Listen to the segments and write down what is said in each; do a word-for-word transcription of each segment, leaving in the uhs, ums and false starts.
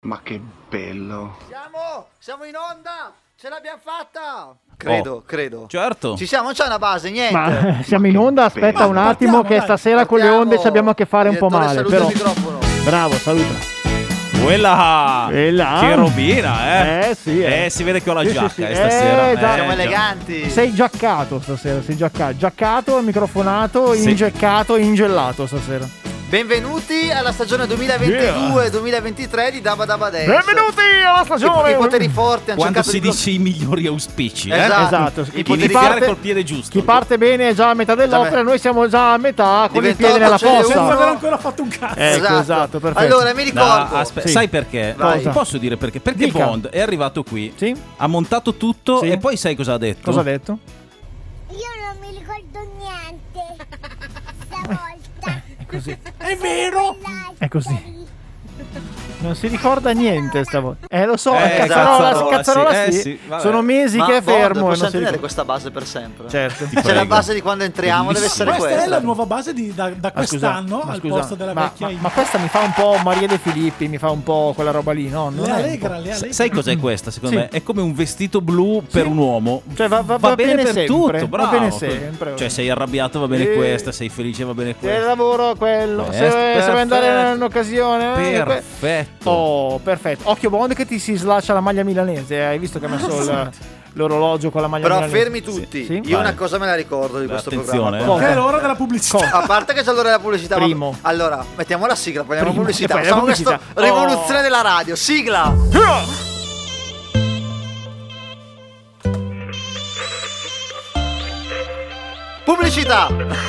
Ma che bello. Siamo, siamo in onda, ce l'abbiamo fatta. Credo, Oh, credo. certo. Ci siamo, non c'è una base, niente. Ma siamo Ma in che onda, aspetta bello. un attimo Partiamo, che dai. stasera con le onde ci abbiamo a che fare un po' Direttore, male, saluta però. il microfono. Bravo, saluta. Quella E là. che robina, eh? Eh, sì, eh. Eh, si vede che ho la Sì, sì, giacca sì. eh, stasera. Eh, già. Eh, Siamo già. eleganti. Sei giaccato stasera, sei giaccato, giaccato, microfonato, Sì. ingeccato, ingellato stasera. Benvenuti alla stagione duemilaventidue duemilaventitré di Dabba Dabba Dance. Benvenuti alla I, stagione. i poteri forti hanno Quando cercato si di blo- dice i migliori auspici, eh? Esatto. Esatto. I Chi poteri Iniziare parte- col piede giusto. Chi parte bene è già a metà dell'opera, Già- noi siamo già a metà con il Diventotto piede nella ce n'è fossa. uno. Senza aver ancora fatto un cazzo. Ecco, esatto, perfetto. Allora, mi ricordo. No, aspe- Sì. Sai perché? Vai. Ti posso dire perché? Perché Dica. Bond è arrivato qui, Sì? ha montato tutto Sì. e poi sai cosa ha detto? Cosa ha detto? Io non mi ricordo niente stavolta. È così. È vero. È così. Non si ricorda niente stavolta. Eh, lo so, Eh, eh, cazzarola, cazzarola, cazzarola sì, sì. eh, sì, vabbè. Sono mesi Ma che è Bond, fermo e non possiamo si tenere ricorda. questa base per sempre. Certo. Ti C'è la prego. base di quando entriamo, deve essere Bellissimo. Questa è questa. la nuova base di, da, da Ma scusa, quest'anno ma al scusa, posto della ma, vecchia. ma, ma questa mi fa un po' Maria De Filippi, mi fa un po' quella roba lì, no? Non le è un allegra, po'. le Sa- allegra. Sai cos'è questa? Secondo Sì. me è come un vestito blu per un uomo. Cioè, va- va- va bene, bene per sempre, tutto, va bravo. bene sempre. Cioè, sei arrabbiato, va bene Sì. questa, sei felice, va bene Se questa. lavoro quello, Eh, se, se vuoi andare perfetto. in un'occasione eh, que- Perfetto. Oh, perfetto. Occhio Bond che ti si slaccia la maglia milanese, eh. Hai visto che ha messo il- l'orologio con la maglia Però milanese? fermi tutti. Sì. Io Vai. una cosa me la ricordo di questo Attenzione, programma. Cosa? È l'ora della pubblicità. Cosa? A parte che c'è l'ora della pubblicità. ma- Primo. Allora, mettiamo la sigla, poi andiamo Primo, alla pubblicità. e poi la Facciamo questa pubblicità. rivoluzione Oh. della radio. Sigla! Pubblicità!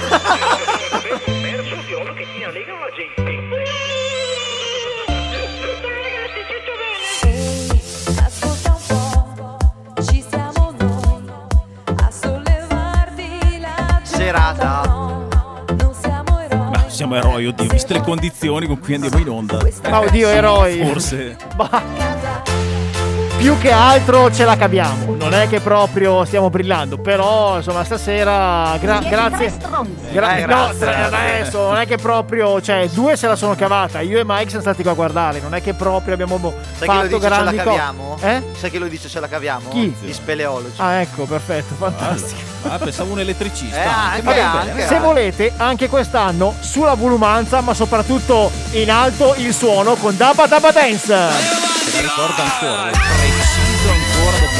Ascolta un po', ci siamo noi a sollevarti la Serata. non siamo eroi. Ma siamo eroi, oddio, viste le condizioni con cui andiamo in onda. Ma oddio, eroi. Forse. Bah. Più che altro ce la caviamo. Non è che proprio stiamo brillando, però insomma stasera gra- grazie. Gra- Eh, no, grazie, tra- grazie. adesso non è che proprio, cioè, due se la sono cavata. Io e Mike siamo stati qua a guardare. Non è che proprio abbiamo boh, Sai chi lo fatto dice ce la grandi cose. caviamo? Eh? Sai chi lo dice ce la caviamo? Chi? Gli speleologi. Ah, ecco, perfetto, fantastico. Ah, pensavo un elettricista. Eh, anche, Va bene, anche. Se volete, anche quest'anno sulla volumanza, ma soprattutto in alto il suono con Dabba Dabba Dance. Se la ricorda ancora, è preciso ancora dopo.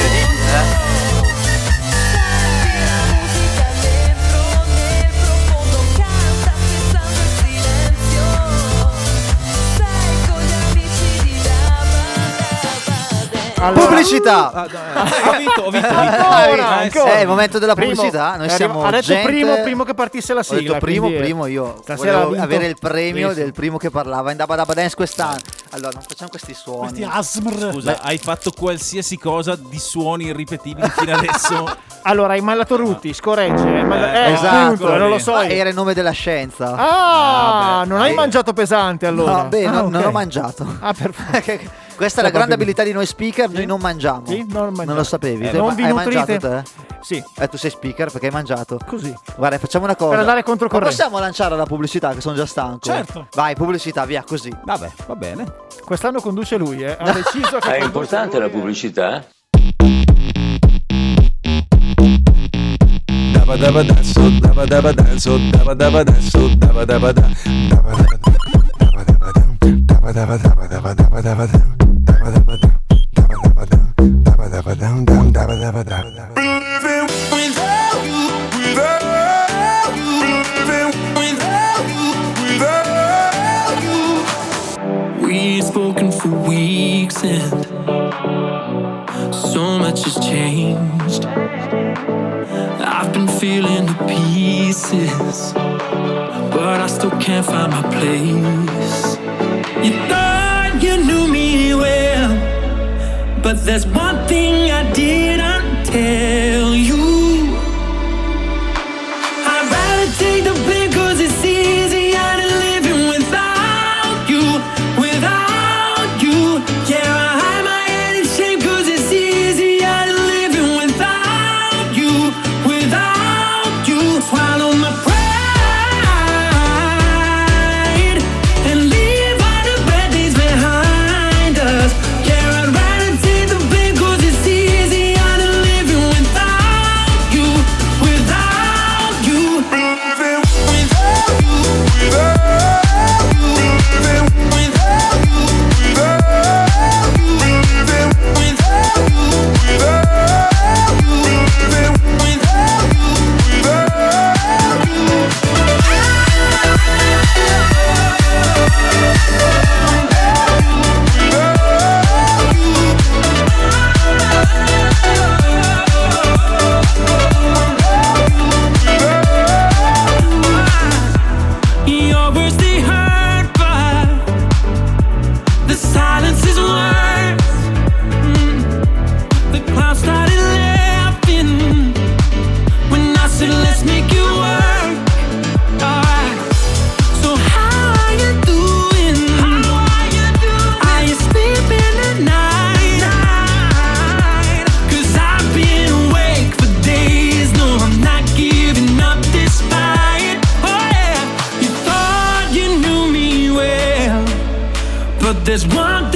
Musica dentro nel profondo canta pensando il silenzio. Sei con gli amici di Dabba Dabba Dance. Allora- Pubblicità! Ah, dai, ho vinto, ho vinto, ho vinto. Ancora, Eh, sì. ancora. Eh, il momento della Primo. pubblicità. Noi È siamo arrivo- ha detto gente- primo, primo che partisse la Ho sigla. detto primo, quindi, eh, primo io stasera ha volevo vinto- avere il premio Sì, sì. del primo che parlava in Dabba Dabba Dance quest'anno. Allora, non facciamo questi suoni. Questi asmr. Scusa, hai fatto qualsiasi cosa di suoni irripetibili fino adesso? Allora, hai mandato Ruti, scorregge. hai manda- Eh, eh, esatto. appunto, non lo so. Ma io. era il nome della scienza. Ah, Ah, beh, non hai eh. mangiato pesante allora? No, beh, Ah, non, non ok. ho mangiato. Ah, perfetto. Questa è la grande abilità di noi speaker, noi non mangiamo. Sì, non mangiamo. lo sapevi? Eh, Te- non vi hai nutrite? mangiato te? Sì, Eh, tu sei speaker perché hai mangiato. così. Guarda, facciamo una cosa. Per andare Ma controcorrente. possiamo lanciare la pubblicità che sono già stanco? Certo. Vai, pubblicità, via, così. Vabbè, va bene. Quest'anno conduce lui, eh. Ha deciso che È conduce importante lui, la eh. pubblicità? Dabba dabba dance, oh, dabba dabba dance, oh, dabba dabba dance, oh, dabba dabba da, dabba dabba da, dabba dabba da, dabba dabba dabba dabba dabba dabba da, dabba dabba da, dabba dabba da, dabba dabba down down, dabba dabba da. Living without you, without you, living without you, without you. We've spoken for weeks and so much has changed. I've been feeling the pieces, but I still can't find my place. You thought you knew me well, but there's one thing I didn't tell you. I'd rather take the blame 'cause it's easier than living without you, without you. Yeah, I hide my head in shame 'cause it's easier than living without you, without you. Swallow my pride and leave all the bad days behind us.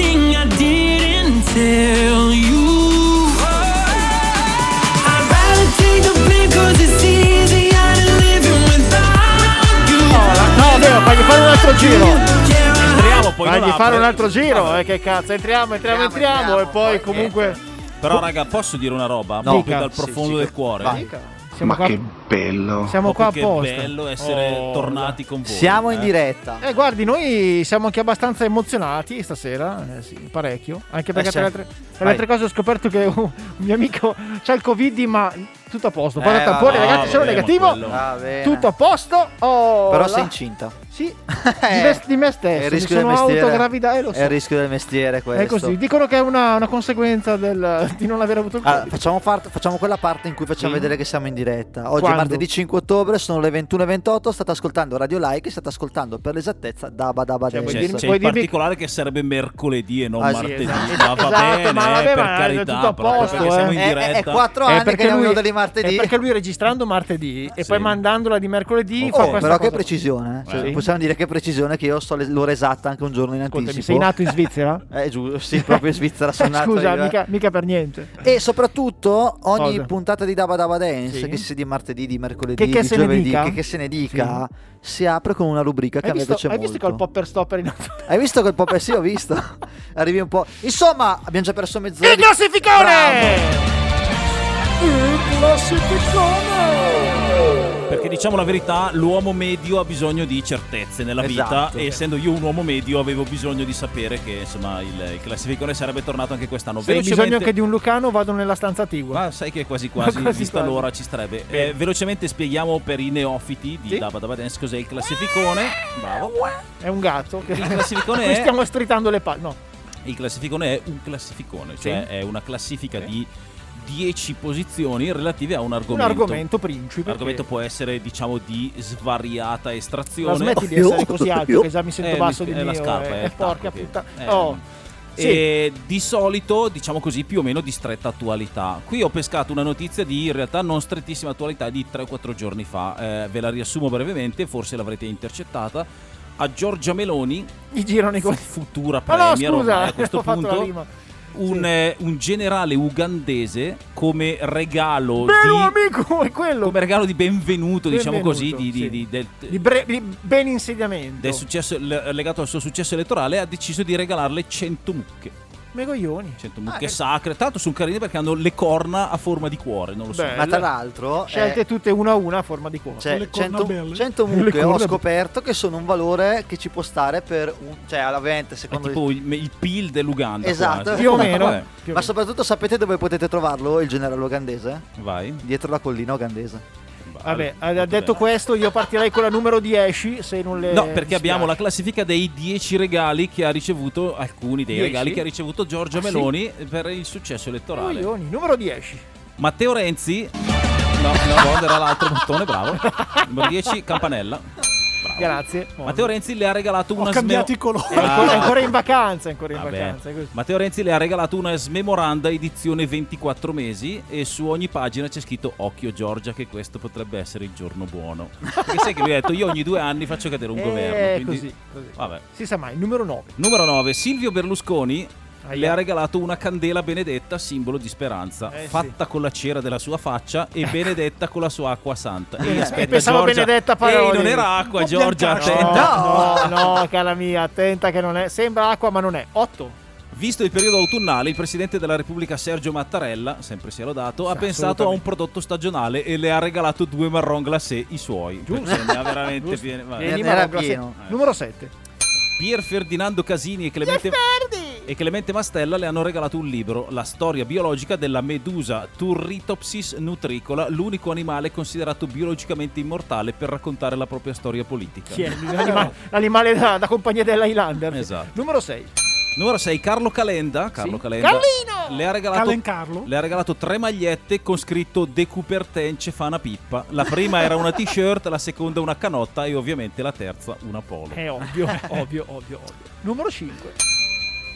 thing I didn't tell you. I'd rather take the blame 'cause it's easier than living without you. No, vero, fagli fare un altro giro. Entriamo, poi Fagli non fare apre. un altro giro, Vabbè. eh, che cazzo, entriamo, entriamo, Entriamo, entriamo, e entriamo, poi poi comunque... Però raga, posso dire una roba? No. Proprio Dica. dal profondo Sì, sì, del cuore. vai. Dica. Siamo Ma qua, che bello. siamo qua Proprio apposta. che bello essere Oh, tornati con voi. Siamo in eh. diretta. Eh, guardi, noi siamo anche abbastanza emozionati stasera, eh, sì, parecchio. Anche perché Eh, tra, le sì. altre, tra le Vai. altre cose ho scoperto che un, un mio amico c'ha il Covid, ma tutto a posto. Poi Eh, da tampone, vabbè, ragazzi, sono vabbè, ma negativo. quello- Va bene. Tutto a posto. Oh, Però là. sei incinta. Sì, di me, di me stesso. È il Mi rischio del sono mestiere. autogravida e lo so. È il rischio del mestiere questo. È così. Dicono che è una, una conseguenza del, di non aver avuto il Allora, Covid. facciamo, part- facciamo quella parte in cui facciamo Sì. vedere che siamo in diretta. Oggi Quando? è martedì cinque ottobre, sono le ventuno e ventotto. State ascoltando Radio Like, state ascoltando per l'esattezza Dabba Dabba Cioè, vuoi Dance. C'è, dirmi- c'è puoi in dirmi- particolare che sarebbe mercoledì e non Ah, sì, martedì. esatto. Ma va Esatto, bene, ma vabbè, eh, per ma è carità, tutto a proprio posto, perché siamo in eh. È- diretta. È, è quattro È anni che perché andiamo in lui- onda di martedì. È perché lui registrando martedì e Sì. poi mandandola di mercoledì Oh, fa questa però che cosa. precisione, eh. Cioè, Sì. possiamo dire che precisione, che io so le- l'ora esatta anche un giorno in Ascoltami, anticipo. sei nato in Svizzera? Eh, giù, sì, proprio in Svizzera sono nato Scusa, io, eh. mica, mica per niente. E soprattutto ogni Cosa? puntata di Dabba Dabba Dance, Sì. che sia di martedì, di mercoledì, Che- che di se ne giovedì, dica? che, che se ne dica, si apre con una rubrica che Hai a me visto, piace hai molto. visto col popper stopper in Hai visto quel pop? Eh sì, ho visto. Arrivi un po'. Insomma, abbiamo già perso mezz'ora. Il di- classificone! Perché diciamo la verità, l'uomo medio ha bisogno di certezze nella vita Esatto. e essendo io un uomo medio avevo bisogno di sapere che insomma il, il classificone sarebbe tornato anche quest'anno. Se hai bisogno Velocemente- anche di un Lucano, vado nella stanza attigua. Ma sai che quasi quasi, Quasi vista quasi. l'ora, ci starebbe. Bene. Eh, velocemente spieghiamo per i neofiti di Sì. Dabba Dabba Dance cos'è il classificone. Bravo. È un gatto. Che... Il classificone Qui è- stiamo stritando le palle. No. Il classificone è un classificone, cioè Sì. è una classifica Sì. di dieci posizioni relative a un Un argomento. argomento principe. L'argomento che- può essere, diciamo, di svariata estrazione. La smetti di essere così alto che già mi sento Eh, basso mi- di è la mio. scarpa, eh, è il porca tacco che- puttana. eh, Oh. Sì. E di solito, diciamo così, più o meno di stretta attualità. Qui ho pescato una notizia di, in realtà, non strettissima attualità di tre o quattro giorni fa. Eh, ve la riassumo brevemente, forse l'avrete intercettata. A Giorgia Meloni, I girano i fu- coglioni. futura Ma no, premier, scusa, ormai a questo ho fatto la punto, rima. un, Sì. eh, un generale ugandese come regalo Bello di... amico, è quello. come regalo di benvenuto, diciamo così, Benvenuto, di, di- sì. di- del, Di, bre- di ben insediamento. del successo le- legato al suo successo elettorale, ha deciso di regalarle cento mucche. Megoglioni. cento mucche Ah, che- sacre. Tra l'altro sono carine perché hanno le corna a forma di cuore, non lo so. Beh, Ma tra l'altro, Scelte eh, tutte una a una a forma di cuore. cioè, le corna cento, belle. cento Le mucche ho corna- scoperto che sono un valore che ci può stare per un, cioè ovviamente È secondo tipo il, il P I L dell'Uganda. Esatto. quasi. Più o meno. Vabbè, Più o Ma meno. soprattutto sapete dove potete trovarlo il generale ugandese? vai. Dietro la collina ugandese. Vabbè, Vale, ha molto detto bene. questo, io partirei con la numero dieci. Se non le. No, perché abbiamo la dispiace. classifica dei dieci regali che ha ricevuto, alcuni dei dieci? regali che ha ricevuto Giorgia Ah, sì? Meloni per il successo elettorale. Coglioni. Numero dieci. Matteo Renzi. No, no, era l'altro bottone, bravo. Numero dieci, campanella. Bravo. Grazie. Matteo Renzi le ha regalato Ho una cambiato i sme- colori. È ancora, è ancora in vacanza, è ancora in Vabbè. vacanza. è così. Matteo Renzi le ha regalato una smemoranda edizione ventiquattro mesi e su ogni pagina c'è scritto occhio Giorgia che questo potrebbe essere il giorno buono. Perché sai che lui ha detto io ogni due anni faccio cadere un Eh, governo. Quindi... così, così. Vabbè. Si sa mai. Numero nove. Numero nove, Silvio Berlusconi Aia. le ha regalato una candela benedetta, simbolo di speranza, Eh, fatta con la cera della sua faccia e benedetta con la sua acqua santa. E Eh, aspetta, pensavo Giorgia. Benedetta Ehi, Parodi. non era acqua, Un po' Giorgia, piantato. attenta. No, no, cara mia, attenta che non è. Sembra acqua, ma non è. otto. Visto il periodo autunnale, il presidente della Repubblica Sergio Mattarella, sempre sia lodato, ha Sì, pensato a un assolutamente. prodotto stagionale e le ha regalato due marron glacé, i suoi. Giusto. Perché ne ha veramente Giusto. piene. vabbè. Vieni, Ne era Marco, pieno. se- Numero sette. Pier Ferdinando Casini e Clemente, e Clemente Mastella le hanno regalato un libro, La storia biologica della medusa Turritopsis nutricola, l'unico animale considerato biologicamente immortale per raccontare la propria storia politica. Chi è? L'anima- L'animale da, da compagnia dell'Highlander. Esatto. Numero sei. Numero sei, Carlo Calenda. Carlo Sì. Calenda Carlino! le ha regalato Calen Carlo. Le ha regalato tre magliette con scritto De Coubertin ce fa una pippa. La prima era una t-shirt, la seconda una canotta e ovviamente la terza una polo. È ovvio, ovvio, ovvio, ovvio. Numero cinque.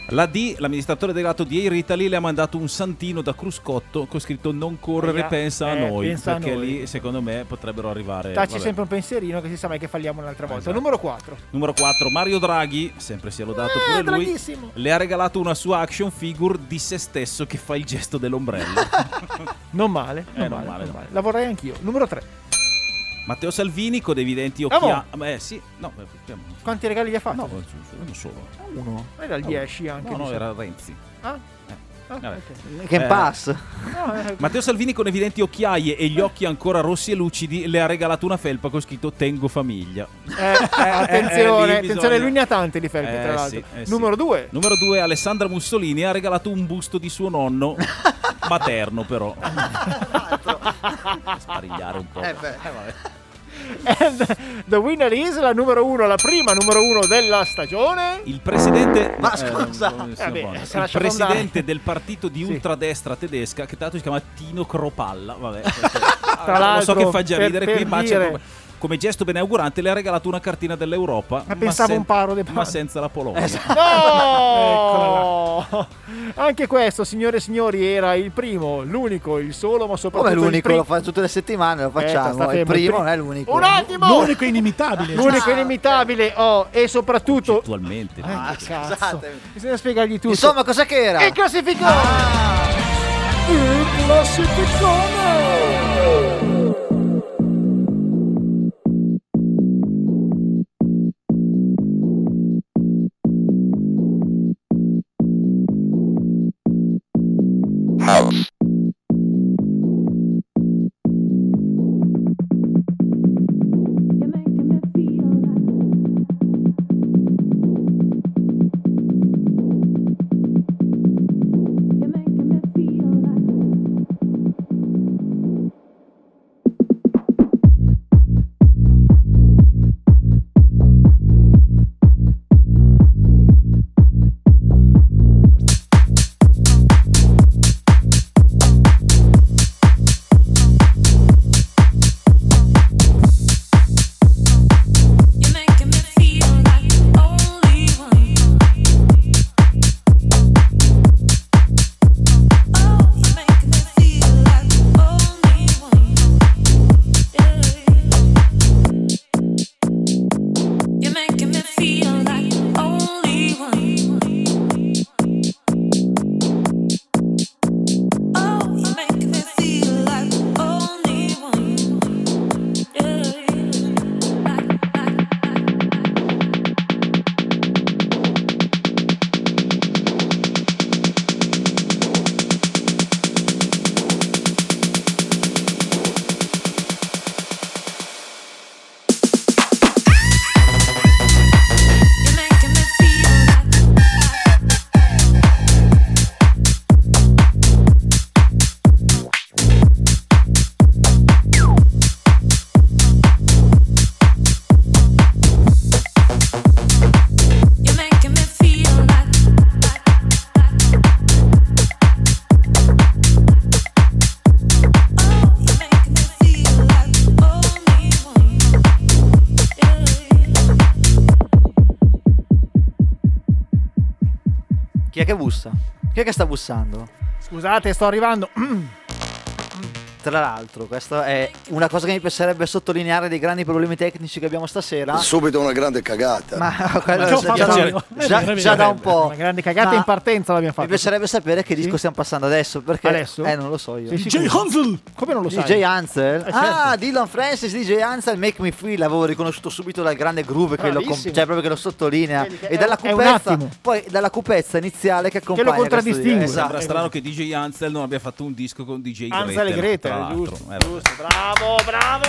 La D, l'amministratore delegato di Air Italy, le ha mandato un santino da Cruscotto con scritto non correre, Eh, pensa a eh, noi, pensa a perché noi. lì secondo me potrebbero arrivare. Dacci vabbè. sempre un pensierino che si sa mai che falliamo un'altra volta. Esatto. Numero quattro. Numero quattro, Mario Draghi, sempre sia lodato Eh, pure lui, draghissimo. le ha regalato una sua action figure di se stesso che fa il gesto dell'ombrello. Non male, non Eh, non male, male, non no. male. La vorrei anch'io. Numero tre. Matteo Salvini con evidenti Ah, occhiali. Eh sì, no, eh, Quanti regali gli ha fatto? no, non solo. Uno. Era il dieci anche. No, mi no, sa. era Renzi. Ah? Eh. Ah, Vabbè. ok. Che Eh, pass. No, eh, Matteo Salvini con evidenti occhiaie e gli occhi ancora rossi e lucidi le ha regalato una felpa con scritto Tengo famiglia. eh, eh, attenzione, eh, lì attenzione, bisogna- lui ne ha tante di felpe, Eh, tra l'altro. sì, eh, sì. Numero due. Numero due, Alessandra Mussolini ha regalato un busto di suo nonno, materno però. Sparigliare un po'. Eh beh. vabbè. And the winner is la numero uno, la prima numero uno della stagione. Il presidente, Ma eh, scusa. non- non- Vabbè, buono. se il lascia presidente andare. del partito di Sì. ultradestra tedesca, che tra l'altro si chiama Tino Cropalla. Vabbè, Tra lo so l'altro, che fa già per- ridere per qui, ma c'è dire- come, come gesto beneaugurante le ha regalato una cartina dell'Europa. Ma pensavo un paro de ma senza la Polonia. No! Anche questo, signore e signori, era il primo, l'unico, il solo, ma soprattutto Come il l'unico, primo. lo fa tutte le settimane, lo Aspetta, facciamo. sta il fermo, primo il non è l'unico. Un attimo! L'unico inimitabile. L'unico inimitabile, oh, e soprattutto... Attualmente. Ah, Che cazzo. scusatemi. Bisogna spiegargli tutto. Insomma, cos'è che era? il classificone! Il classificone! You're making me feel like only one. Oh, you're making me feel like only one. You're making me feel like only one. Oh, you're making me feel like only one. You're making me feel like You're making me feel like Oh, you're making me feel like only one. Chi è che bussa? Chi è che sta bussando? Scusate, sto arrivando. Tra l'altro, questa è una cosa che mi piacerebbe sottolineare dei grandi problemi tecnici che abbiamo stasera. Subito una grande cagata. Ma quello Che ho già, fatto già- io. È già- vero, è già vero. da un po'. Una grande cagata Ma in partenza l'abbiamo Mi fatta. piacerebbe sapere che disco Sì? stiamo passando adesso. Perché Adesso? Eh, non lo so io. Sei D J sicuro? Hansel. Come non lo D sai? J Ansel? Eh, Ah, certo. Dylan Francis, D J Ansel, Make Me Feel. L'avevo riconosciuto subito dal grande groove che lo, com- Bravissimo. cioè proprio che lo sottolinea. Vedi che E è- dalla è un cupezza, attimo. poi dalla cupezza iniziale che accompagna lo questo contraddistingue. disco. Sembra Esatto. strano che D J Ansel non abbia fatto un disco con D J Gretel. Ansel e Gretel, tra l'altro. giusto, Eh, vabbè. giusto. Bravo, bravo,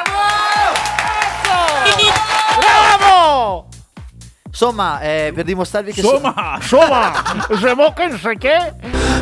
bravo! Bravo! Insomma, eh, per dimostrarvi che so- Insomma, Insomma, je mo che sai che?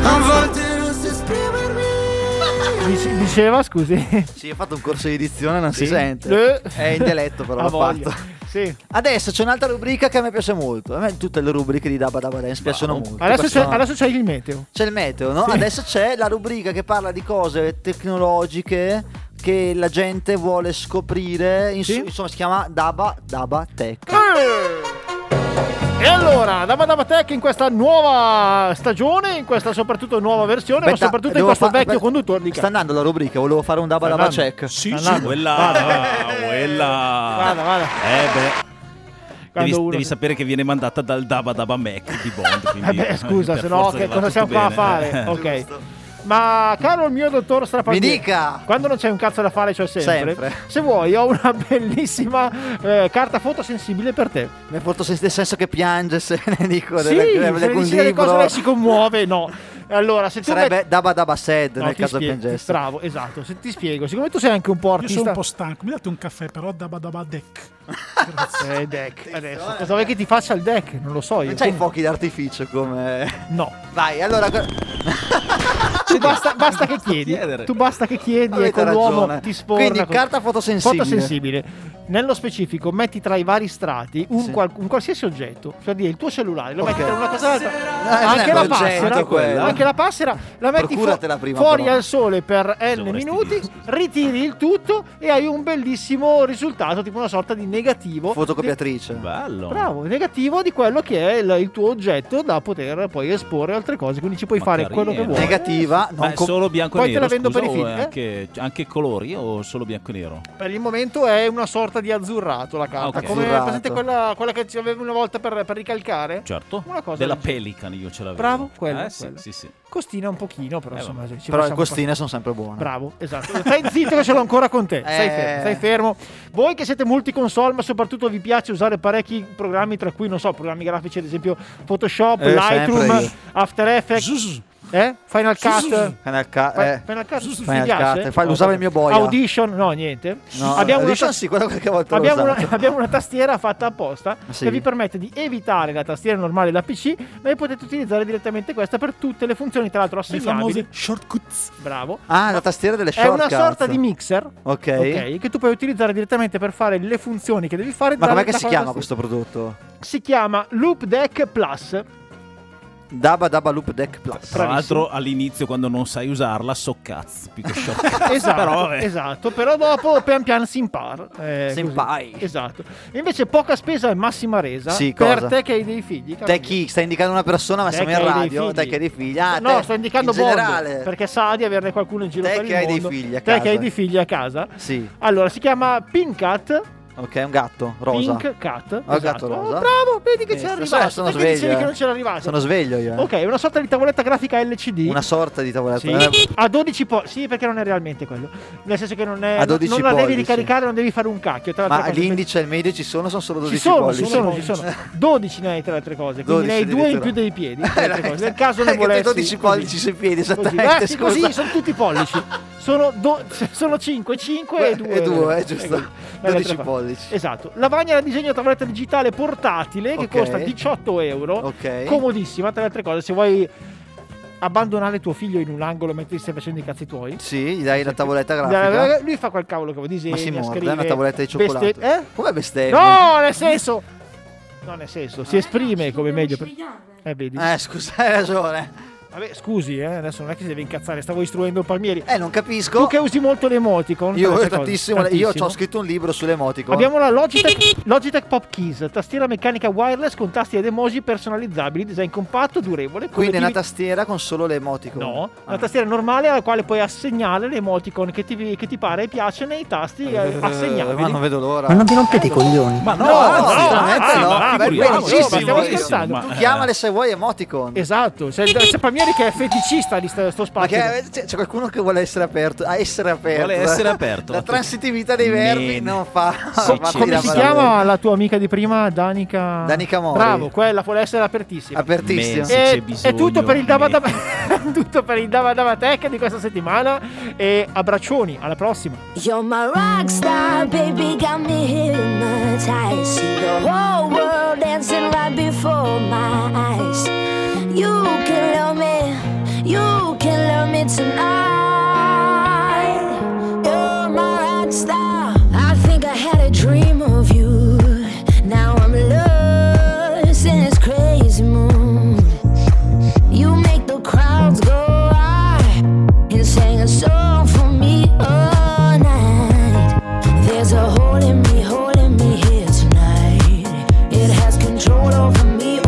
Dice- Diceva, scusi. sì, ho fatto un corso di dizione, non si Sì. sente. Eh. È in dialetto, però Ha l'ho voglia. fatto. Sì. Adesso c'è un'altra rubrica che a me piace molto. A me tutte le rubriche di Dabba Dabba Dance piacciono molto. Adesso Questo- c'è, adesso c'è il meteo. c'è il meteo, no? Sì. Adesso c'è la rubrica che parla di cose tecnologiche che la gente vuole scoprire. Ins- Sì. Insomma, si chiama Dabba Dabba Tech. E allora, Dabba Dabba Tech in questa nuova stagione, in questa soprattutto nuova versione, ma Aspetta, soprattutto in devo questo fa- vecchio aspetta, conduttore di Sta casa. andando la rubrica, volevo fare un Dabba Sta Dabba andando. check. Sì, Sta sì. andando. Quella, Vada, quella. Vada, vada. Eh beh. Quando Devi, uno devi si- sapere che viene mandata dal Dabba Dabba Mac di Bond. Eh Quindi, beh, scusa, per se no forza che va cosa tutto siamo qua a bene. fare? Eh. Ok. Ma caro il mio dottor Strapalmieri, Mi dica! quando non c'è un cazzo da fare, cioè sempre, Sempre. se vuoi ho una bellissima eh, carta fotosensibile per te. Mi ha fatto nel senso che piange se ne dico Sì, delle, se delle, le un dici delle libro. cose lei si commuove, no. Allora, se tu Sarebbe metti- Dabba Dabba Sad No, nel ti caso spiego, piangesse. bravo, esatto. Se ti spiego, siccome tu sei anche un po' Io artista. sono un po' stanco, mi date un caffè però Dabba Dabba Deck. Grazie. Eh, deck, adesso. Cosa vuoi che ti faccia il deck? Non lo so io. Non c'hai Comunque- fuochi d'artificio come... No. Vai, allora... Tu basta, basta che chiedi. chiedere. Tu basta che chiedi e Avete con l'uomo ragione. ti sforna. Quindi con- carta fotosensibile. Fotosensibile. Nello specifico, metti tra i vari strati un, Sì. qual- un qualsiasi oggetto, cioè dire il tuo cellulare, lo Ok. metti tra una cosa e l'altra. Eh, anche, non la è passera, urgente quella. anche la passera la metti fu- Procuratela prima, fuori però. al sole per n dovresti minuti, dire, scusa. ritiri il tutto e hai un bellissimo risultato, tipo una sorta di negativo. Fotocopiatrice. Bello. Bravo, negativo di quello che è il, il tuo oggetto da poter poi esporre altre cose, quindi ci puoi Ma fare carino. quello che vuoi. Negativa. Ma Non è com- solo bianco e Poi te nero, la vendo scusa, per i o figli, è eh? anche, anche colori o solo bianco e nero? Per il momento è una sorta di azzurrato la carta, Ok. come Azzurrato. presente quella, quella che ci avevi una volta per, per ricalcare? Certo. Una cosa Della del genere. Pelican io ce l'avevo. Bravo, quello, Eh, sì, quello. sì, sì. Costina un pochino, però Eh, insomma vabbè. ci Però le possiamo costine sono sempre buone. Bravo, esatto. Stai zitto che ce l'ho ancora con te. Stai Eh. fermo, stai fermo. Voi che siete multiconsole, ma soprattutto vi piace usare parecchi programmi, tra cui, non so, programmi grafici, ad esempio Photoshop, Eh, Lightroom, sempre io. After Effects, eh? Final Cut. Final Cut, Fi- eh. Final Cut ti Final piace? Cut. Fai- No, usava il mio boia. Audition, no, niente. No, abbiamo, una Audition tas- sì, quello qualche volta l'ho abbiamo, una, usato. abbiamo una tastiera fatta apposta Sì. che vi permette di evitare la tastiera normale da P C, ma potete utilizzare direttamente questa per tutte le funzioni, tra l'altro Le assegnabili. famose shortcuts. Bravo. Ah, la tastiera delle È shortcut. una sorta di mixer, Ok. ok, che tu puoi utilizzare direttamente per fare le funzioni che devi fare. Ma da- com'è che da si quella chiama tastiera. questo prodotto? Si chiama Loop Deck Plus. Dabba Dabba Loop Deck Plus. Tra l'altro all'inizio quando non sai usarla so cazzo, più che shortcut. Esatto, Però, vabbè. esatto, però dopo pian piano si impara. eh, Si così. impari. Esatto. Invece poca spesa e massima resa Sì, per cosa? te che hai dei figli. caro Te mio. chi? Stai indicando una persona, ma Te siamo che in hai dei radio. figli. Te che hai dei figli. Ah, no, te, sto indicando in Bond, generale. perché sa di averne qualcuno in giro Te per che il hai dei mondo. figli a Te che casa. hai dei figli a casa. Sì. Allora, si chiama Pink Cat. Ok, un gatto rosa. Pink Cat. Oh, esatto. gatto rosa. Oh, bravo, vedi che Eh, c'è sono- arrivato. sono Perché sveglio, dicevi eh. che non c'era arrivato? Sono sveglio io. eh. Ok, è una sorta di tavoletta grafica L C D. Una sorta di tavoletta. Sì. Eh, A dodici pollici. Sì, perché non è realmente quello. Nel senso che non è. A dodici non la devi pollici. ricaricare, non devi fare un cacchio. Tra le Ma altre cose, l'indice e il medio ci sono, sono solo ci dodici sono, pollici. ci sono, ci sono. dodici ne hai tra le altre cose. Quindi ne hai dodici due in addirittura. più dei piedi. tra le altre cose. Nel caso ne Eh, che volessi. dodici così. pollici sui piedi, Così. esattamente. Eh, sì, così scusa. sono tutti pollici. Sono, do- sono cinque, cinque e due. E due, eh, giusto. così. Dalle dodici altre pollici. parti. Esatto. Lavagna da disegno tavoletta digitale portatile che Ok. costa diciotto euro. Ok. Comodissima, tra le altre cose. Se vuoi abbandonare tuo figlio in un angolo mentre stai facendo i cazzi tuoi. Sì, gli dai la tavoletta grafica. Lui fa quel cavolo che vuoi, disegna, Ma si morde, scrive, è una tavoletta di cioccolato. beste- eh? Come bestemmie? No, nel senso. No, nel senso, si esprime come meglio. Per... Eh, vedi. Eh, scusa, hai ragione. Vabbè, scusi, eh, adesso non è che si deve incazzare, stavo istruendo il Palmieri. Eh, non capisco. Tu che usi molto le emoticon. Io tra le altre tantissimo, cose, io tantissimo. ho scritto un libro sulle emoticon. Abbiamo la Logitech, Logitech Pop Keys, tastiera meccanica wireless con tasti ed emoji personalizzabili, design compatto, durevole. Quindi è una collettivi- tastiera con solo le emoticon. No, Ah. una tastiera normale alla quale puoi assegnare le emoticon che ti, che ti pare e piace nei tasti eh, Eh, assegnabili. ma non vedo l'ora. Ma non vi rompete i coglioni? Ma no, No, anzi, no, anzi, veramente no. ma Ah, beh, figuriamoci, benissimo, stiamo benissimo, scherzando. ma- Tu chiamale se vuoi emoticon. Esatto, c'è, c'è Palmieri che è feticista di sto, sto Ma spazio. che c'è, c'è qualcuno che vuole essere aperto, a essere aperto. Vuole essere aperto. La transitività dei verbi Bene. non fa. Sì, fa sì. Come dire si la chiama parola. la tua amica di prima? Danica. Danica Mori. Bravo, quella vuole essere apertissima. Apertissimo. Messi. E, c'è è bisogno, tutto per il Dabba me. Dabba tutto per il Dabba Dabba Tech di questa settimana e abbraccioni, alla prossima. You're my rock star, baby, got me hypnotized. See the whole world dancing right before my eyes. You can love me, you can love me tonight. You're my rock star. I think I had a dream of you. Now I'm lost in this crazy mood. You make the crowds go wild and sing a song for me all night. There's a hole in me, hole in me here tonight. It has control over me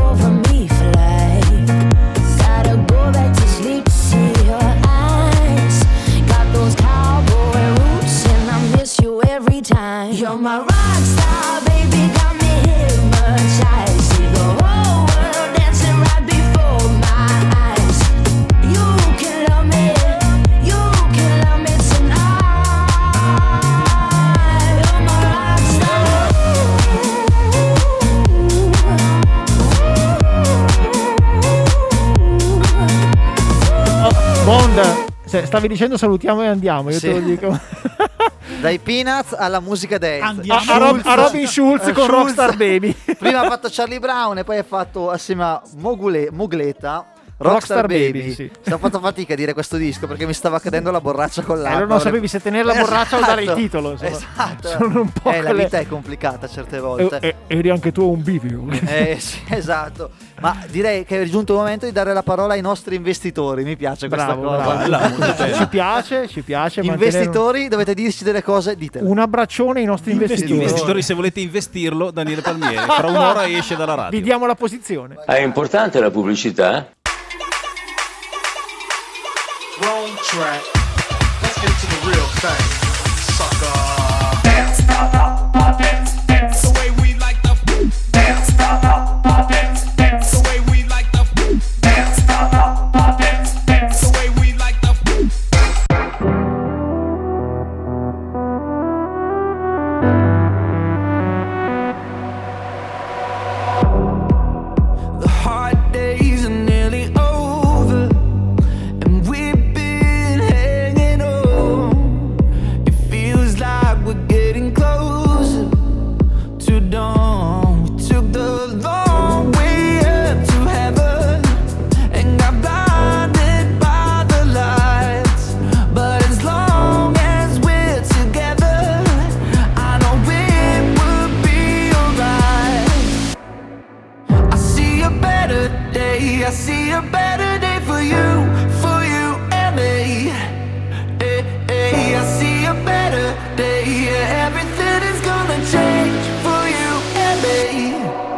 Bond, se stavi dicendo salutiamo e andiamo, io Sì. te lo dico. Dai Peanuts alla musica dance. Andiamo. A, a Rob- a Robin Schulz con Schulz. Rockstar Baby. Prima ha fatto Charlie Brown e poi ha fatto assieme a Mogule- Mugleta Rockstar, Rockstar Baby. Baby, sì. Ho fatto fatica a dire questo disco perché mi stava cadendo la borraccia con E l'acqua. allora non sapevi se tenere la borraccia o dare il Esatto, titolo. Insomma. Esatto. Sono un po' eh, la quelle- vita è complicata certe E- volte. e- eri anche tu un bivio. Eh, sì, esatto. Ma direi che è giunto il momento di dare la parola ai nostri investitori. Mi piace questa Bravo, cosa. bravo. Bella, molto bella. Ci piace, ci piace. mantenere Investitori, dovete dirci delle cose, ditele. Un abbraccione ai nostri investitori. Investitori, se volete investirlo, Daniele Palmieri. Fra un'ora esce dalla radio. Vi diamo la posizione. È importante la pubblicità? Wrong track. Let's get to the real thing. Sucker. The way we like the dance. The way we like the dance. The way we like the The hard days are nearly over, and we've been hanging on. It feels like we're getting closer to dawn. We took the long way up to heaven and got blinded by the lights. But as long as we're together, I know it will be alright. I see a better day, I see a better day for you, for you and me. Hey, hey, I see a better day, yeah, everything is gonna change for you and me.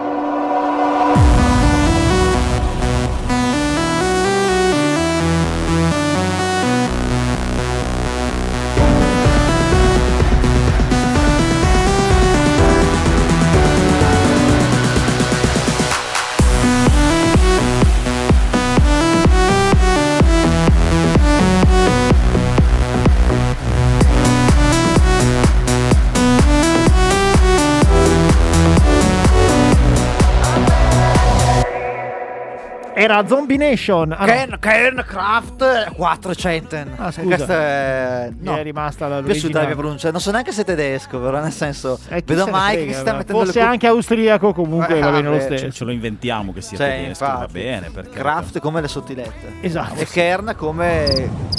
Era Zombie Nation. Ah, no. Ken, Ken Craft quattrocento. Ah, scusa. Questa è... Mi No, è rimasta la mi è piaciuta la l'originale. mia pronuncia. Non so neanche se è tedesco, però nel senso Eh, chi vedo se ne mai frega, che si sta ma mettendo fosse le cu- anche austriaco comunque Eh, va bene lo vabbè, stesso. Ce lo inventiamo che sia Cioè, tedesco, va infatti. bene. Perché Craft come le sottilette. Esatto. E Kern come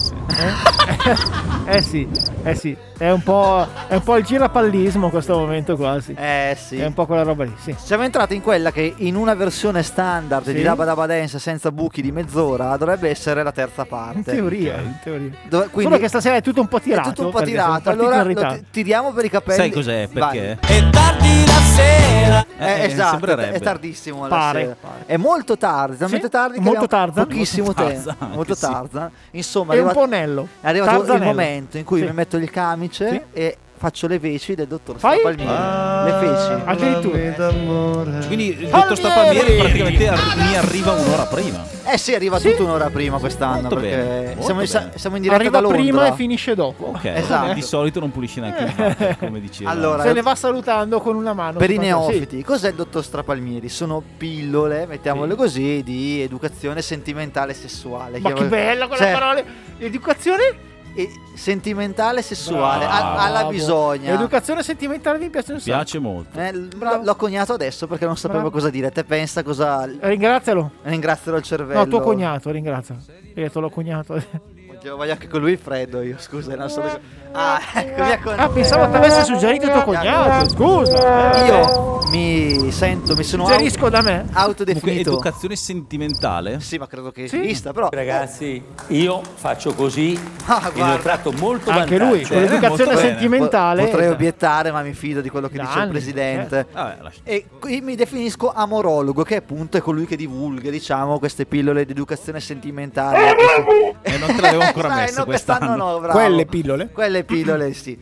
Eh sì, eh sì, è un po', è un po' il girapallismo questo momento qua, sì. Eh sì. È un po' quella roba lì, sì. Siamo entrati in quella che in una versione standard Sì. di Dabba Dabba Dance senza buchi di mezz'ora dovrebbe essere la terza In parte. teoria, in teoria. Dove- quindi Solo che stasera è tutto un po' tirato. è tutto un po' perché siamo tirato. partiti Allora in lo ritardo. ti- tiriamo per i capelli. sai cos'è? Vai. Perché? È tardi la sera. Eh, Eh, esatto, sembrerebbe. è tardissimo la Pare, sera. pare. È molto tardi, talmente Sì, tardi che molto abbiamo Tarzan. pochissimo Molto tempo. Tarzan, Molto anche sì. Tarzan. Insomma, È è un arrivato, po' Nello. è arrivato il Tarzanello. momento in cui Sì. mi metto il camice Sì. e faccio le veci del dottor Fai? Strapalmieri. Le feci. Addirittura. Quindi il dottor Strapalmieri Palmieri! praticamente ar- mi arriva un'ora prima. Eh sì, arriva Sì. tutto un'ora prima quest'anno Molto perché bene, molto siamo, in, bene. siamo in diretta Arriva da Londra. prima e finisce dopo. Ok, Esatto. di solito non pulisci neanche il mare, come diceva. Allora, Se ne va salutando con una mano. per i Sì. neofiti, cos'è il dottor Strapalmieri? Sono pillole, mettiamole Sì. così, di educazione sentimentale e sessuale. Ma che bella quella Cioè, parola. Educazione? e- sentimentale e sessuale, Bravo. a- alla bisogna. Educazione sentimentale mi piace un Mi sacco. piace molto. Eh, l- Bravo. l'ho coniato adesso perché non sapevo Bravo. cosa dire. Te pensa cosa. Ringrazialo. Ringrazialo il cervello. No, tuo cognato, ringrazialo. Hai detto l'ho cognato. Oddio, voglio anche con lui il freddo io, scusa, non so. Ah, ecco, mi ha con- Ah, pensavo ti avessi suggerito tuo cognato. Scusa. eh, Io mi sento, mi sono Suggerisco da me. Comunque, autodefinito. educazione sentimentale. Sì, ma credo che Sì. esista, però. Ragazzi, io faccio così Ah, e ne ho guarda. tratto molto Anche vantaggio. lui, con Eh, l'educazione molto bene. sentimentale. Po- Potrei obiettare, ma mi fido di quello che Da dice il anni, presidente. Vabbè, lascia- E qui mi definisco amorologo, che appunto è colui che divulga, diciamo, queste pillole di educazione sentimentale. E non te l'avevo ancora Dai, messa no, quest'anno. no, bravo. Quelle pillole? Quelle pillole, sì.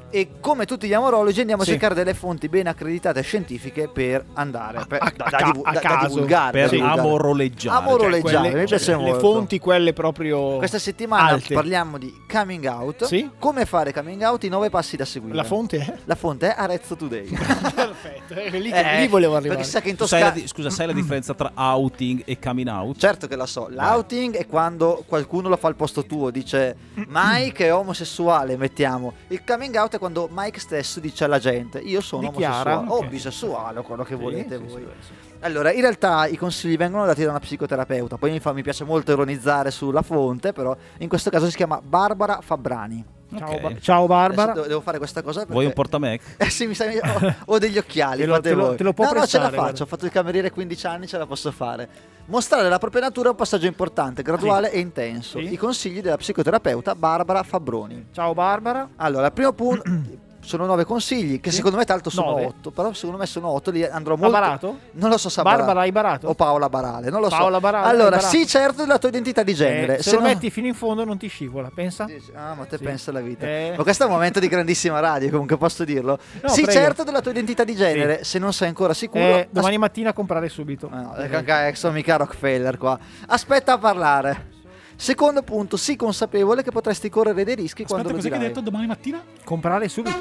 E come tutti gli amorologi andiamo Sì. a cercare delle fonti ben accreditate scientifiche per andare per- a- da, a da ca- divu- a da- da caso. divulgare, Per da divulgare. amoroleggiare. Amoroleggiare, Quelle- mi piace cioè, molto. le fonti quelle proprio Questa settimana alte. parliamo di coming out. Sì. Come fare coming out, i nove passi da seguire. La fonte è? La fonte è Arezzo Today. Perfetto, è lì, che- Eh, lì volevo arrivare. Perché sa che in Tu sai la Toscana di- scusa, sai la differenza tra outing e coming out? Certo che la so. L'outing è quando qualcuno lo fa al posto tuo, dice Mike è omosessuale, mettiamo. Il coming out è quando Mike stesso dice alla gente io sono Dichiara, omosessuale ok. o bisessuale o quello che Sì, volete sì, voi. sì, sì. Allora, in realtà i consigli vengono dati da una psicoterapeuta, poi mi, fa, mi piace molto ironizzare sulla fonte, però in questo caso si chiama Barbara Fabrani. Ciao, Ok. Ba- ciao Barbara. Adesso devo fare questa cosa perché... Vuoi un portamec? Eh sì, mi sa ho, ho degli occhiali, Te lo- fate te lo- voi. te lo può no, no, ce la prestare, faccio, guarda. ho fatto il cameriere quindici anni, ce la posso fare. Mostrare la propria natura è un passaggio importante, graduale e intenso. Sì. I consigli della psicoterapeuta Barbara Fabroni. Ciao Barbara. Allora, il primo punto sono nove consigli, che Sì. secondo me tanto sono Nove. otto, però secondo me sono otto, li andrò Ha molto... barato? Non lo so se ha Barbara barato. hai barato? O Paola Barale, non lo Paola so. Barale, hai allora, barato? sii certo della tua identità di genere. Eh, se, lo non- metti fino in fondo non ti scivola, pensa? Ah, ma te Sì. pensa alla vita. Eh. Ma questo è un momento di grandissima radio, comunque posso dirlo. No, sii prego. certo della tua identità di genere, se non sei ancora sicuro. Eh, domani mattina comprare subito. as- no, eh, sono mica Rockefeller qua. Aspetta a parlare. Secondo punto, sii consapevole che potresti correre dei rischi Aspetta, quando lo cos'è che hai dirai. detto domani mattina? Comprare subito.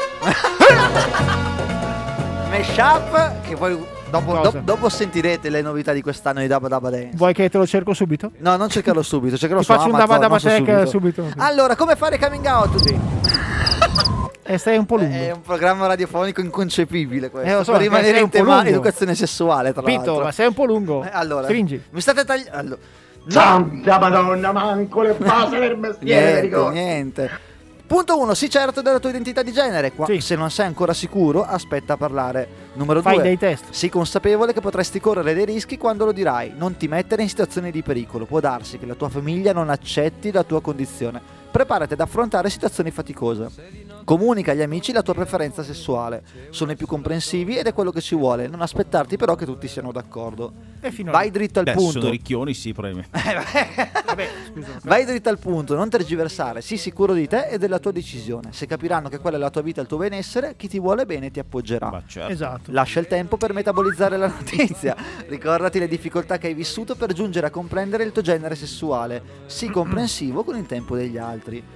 Mashup, che poi dopo, Cosa? dopo- dopo sentirete le novità di quest'anno di Dabba Dabba Dance. Vuoi che te lo cerco subito? No, non cercarlo subito, cercherò Ti su faccio un Amazon, Dabba non Dabba su Tech subito. subito. Allora, come fare coming out? E stai un po' lungo. È un programma radiofonico inconcepibile questo. Eh, lo so, per eh, rimanere sei in un po' tema lungo. educazione sessuale, tra Pinto, l'altro. ma sei un po' lungo. Eh, allora, Stringi. mi state tagliando. Allora, Santa Madonna, manco le basi del mestiere, niente, Enrico. niente. Punto uno, sii certo della tua identità di genere. Qua- Sì. Se non sei ancora sicuro, aspetta a parlare. Numero Fai due, dei test. sii consapevole che potresti correre dei rischi quando lo dirai. Non ti mettere in situazioni di pericolo. Può darsi che la tua famiglia non accetti la tua condizione. Preparati ad affrontare situazioni faticose. Comunica agli amici la tua preferenza sessuale. Sono i più comprensivi ed è quello che ci vuole. Non aspettarti però che tutti siano d'accordo. E fino a Vai lì. dritto al Beh, punto. sono ricchioni, sì, premi. Vabbè, scusa. Vai dritto al punto, non tergiversare, sii sicuro di te e della tua decisione. Se capiranno che quella è la tua vita e il tuo benessere, chi ti vuole bene ti appoggerà. Ma certo. Esatto. Lascia il tempo per metabolizzare la notizia. Ricordati le difficoltà che hai vissuto per giungere a comprendere il tuo genere sessuale. Sii comprensivo con il tempo degli altri.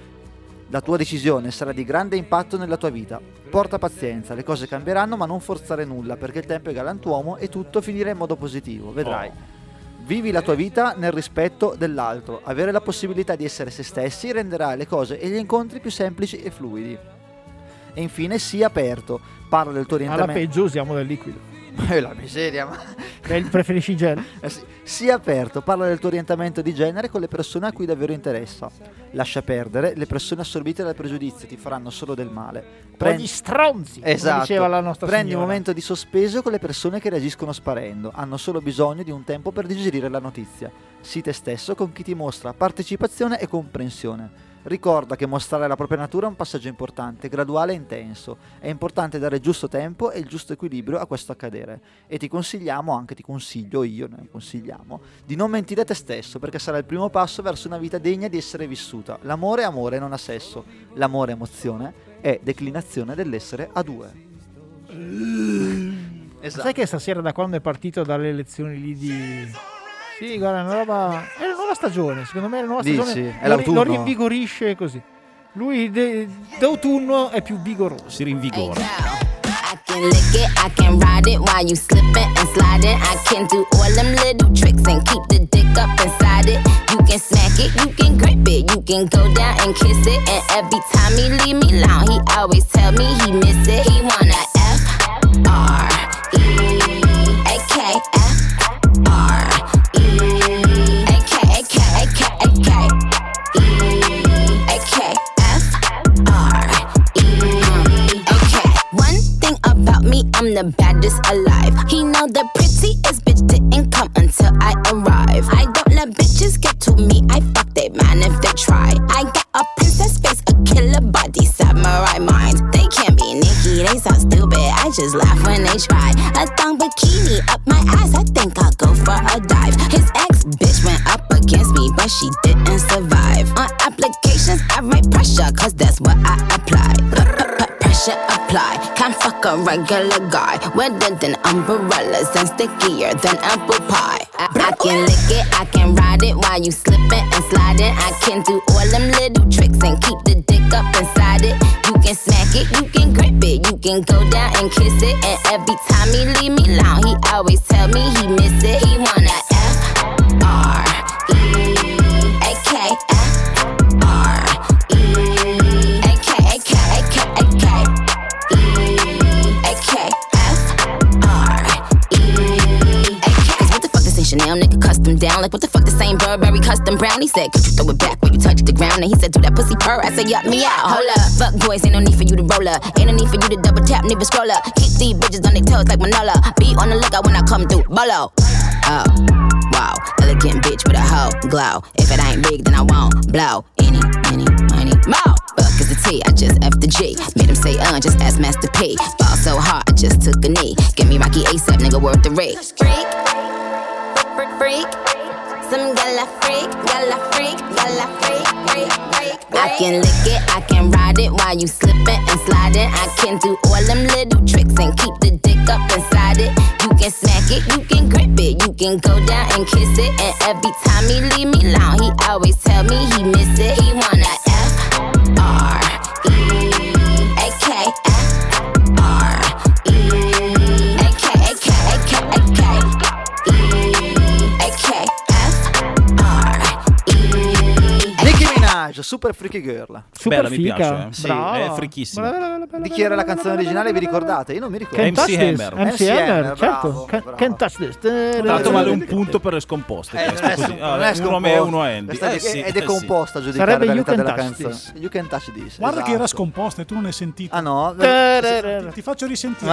La tua decisione sarà di grande impatto nella tua vita. Porta pazienza, le cose cambieranno, ma non forzare nulla, perché il tempo è galantuomo e tutto finirà in modo positivo. Vedrai. Vivi la tua vita nel rispetto dell'altro. Avere la possibilità di essere se stessi renderà le cose e gli incontri più semplici e fluidi. E infine sii aperto. Parla del tuo Alla orientamento. peggio usiamo del liquido. Eh, la miseria, ma... Beh, preferisci il gel? Eh sì. Sii aperto, parla del tuo orientamento di genere con le persone a cui davvero interessa. Lascia perdere, le persone assorbite dal pregiudizio ti faranno solo del male. Prendi gli stronzi, come Esatto. diceva la nostra Prendi signora. un momento di sospeso con le persone che reagiscono sparendo. Hanno solo bisogno di un tempo per digerire la notizia. Sii te stesso con chi ti mostra partecipazione e comprensione. Ricorda che mostrare la propria natura è un passaggio importante, graduale e intenso. È importante dare il giusto tempo e il giusto equilibrio a questo accadere. E ti consigliamo, anche ti consiglio io, noi consigliamo, di non mentire a te stesso, perché sarà il primo passo verso una vita degna di essere vissuta. L'amore è amore, non ha sesso. L'amore è emozione, è declinazione dell'essere a due. Esatto. Sai che stasera, da quando è partito dalle elezioni lì di... Sì, guarda, è una roba... È la nuova stagione, secondo me è la nuova Dici? stagione. È lo, l'autunno? lo rinvigorisce così. Lui de- d'autunno è più vigoroso. Si rinvigora. I can lick it, I can ride it while you slipping and sliding. I can do all them little tricks and keep the dick up inside it. You can smack it, you can grip it, you can go down and kiss it. And every time he leave me alone, he always tell me he miss it. He wanna F R E A K F R E A K A K A K A K E A K F R E A K. One thing about me, I'm the baddest alive. He know the prettiest bitch didn't come until I arrive. I don't let bitches get to me, I fuck they man if they try. I got a princess face, a killer body, samurai mind. They can't be Nikki, they so stupid, I just laugh when they try. A thong bikini up my ass, I think I'll go for a dive. His ex bitch went up against me, but she didn't survive. On applications, I write pressure, cause that's what I apply. pressure apply. Can't fuck a regular guy. Wetter than umbrellas and stickier than apple pie. I, I can lick it, I can ride it while you slipping and sliding. I can do all them little tricks and keep the dick up inside it. You can smack it, you can grip it, you can go down and kiss it. And every time he leave me alone, he always tell me he miss it. He wanna F R E A K F R E A K A K A K A K E A K F R E A K. Cause what the fuck this ain't Chanel, nigga, custom down. Like what the fuck this ain't Burberry custom brown. He said, could you throw it back when you touch the ground? And he said, do that pussy purr. I said, yup me out. Hold up, fuck boys, ain't no need for you to roll up. Ain't no need for you to double tap, need to scroll up. Keep these bitches on their toes like Manola. Be on the lookout when I come through, bolo. Oh, wow, elegant bitch with a hoe glow. If it ain't big, then I won't blow. Any, any, money, mo. Fuck is the T, I just F the G. Made him say, uh, just ask Master P. Ball so hard, I just took a knee. Give me Rocky ASAP, nigga, worth the rate. Freak, freak, freak. Some gala freak, gala freak, gala freak, freak, freak. I can lick it, I can ride it while you slipping and sliding. I can do all them little tricks and keep the dick up inside it. You can smack it, you can grip it, you can go down and kiss it. And every time he leave me alone, he always tell me he miss it. He wanna F R E A K F R E A K A K A K A K E A K. Nicki Minaj, Super Freaky Girl. Super Bella, mi figa. piace. Sì, Brava. è frichissima. Bella, bella, bella, Di chi era la canzone originale, vi ricordate? Io non mi ricordo. Can't touch M C this. Hammer. M C M C Hammer, Hammer, certo. bravo, Can- bravo. Can't touch this. Tanto vale un punto per le scomposte. Eh, questo, non è così. scom- Ah, non è uno a me e scomposta. uno a Andy. Questa è- Eh, sì, ed eh, è sì. composta a giudicare Sarebbe la You qualità della Can Touch canzone. This. You Can Touch This. Guarda che esatto. era scomposta e tu non hai sentito. Ah no? Ti, ti faccio risentire.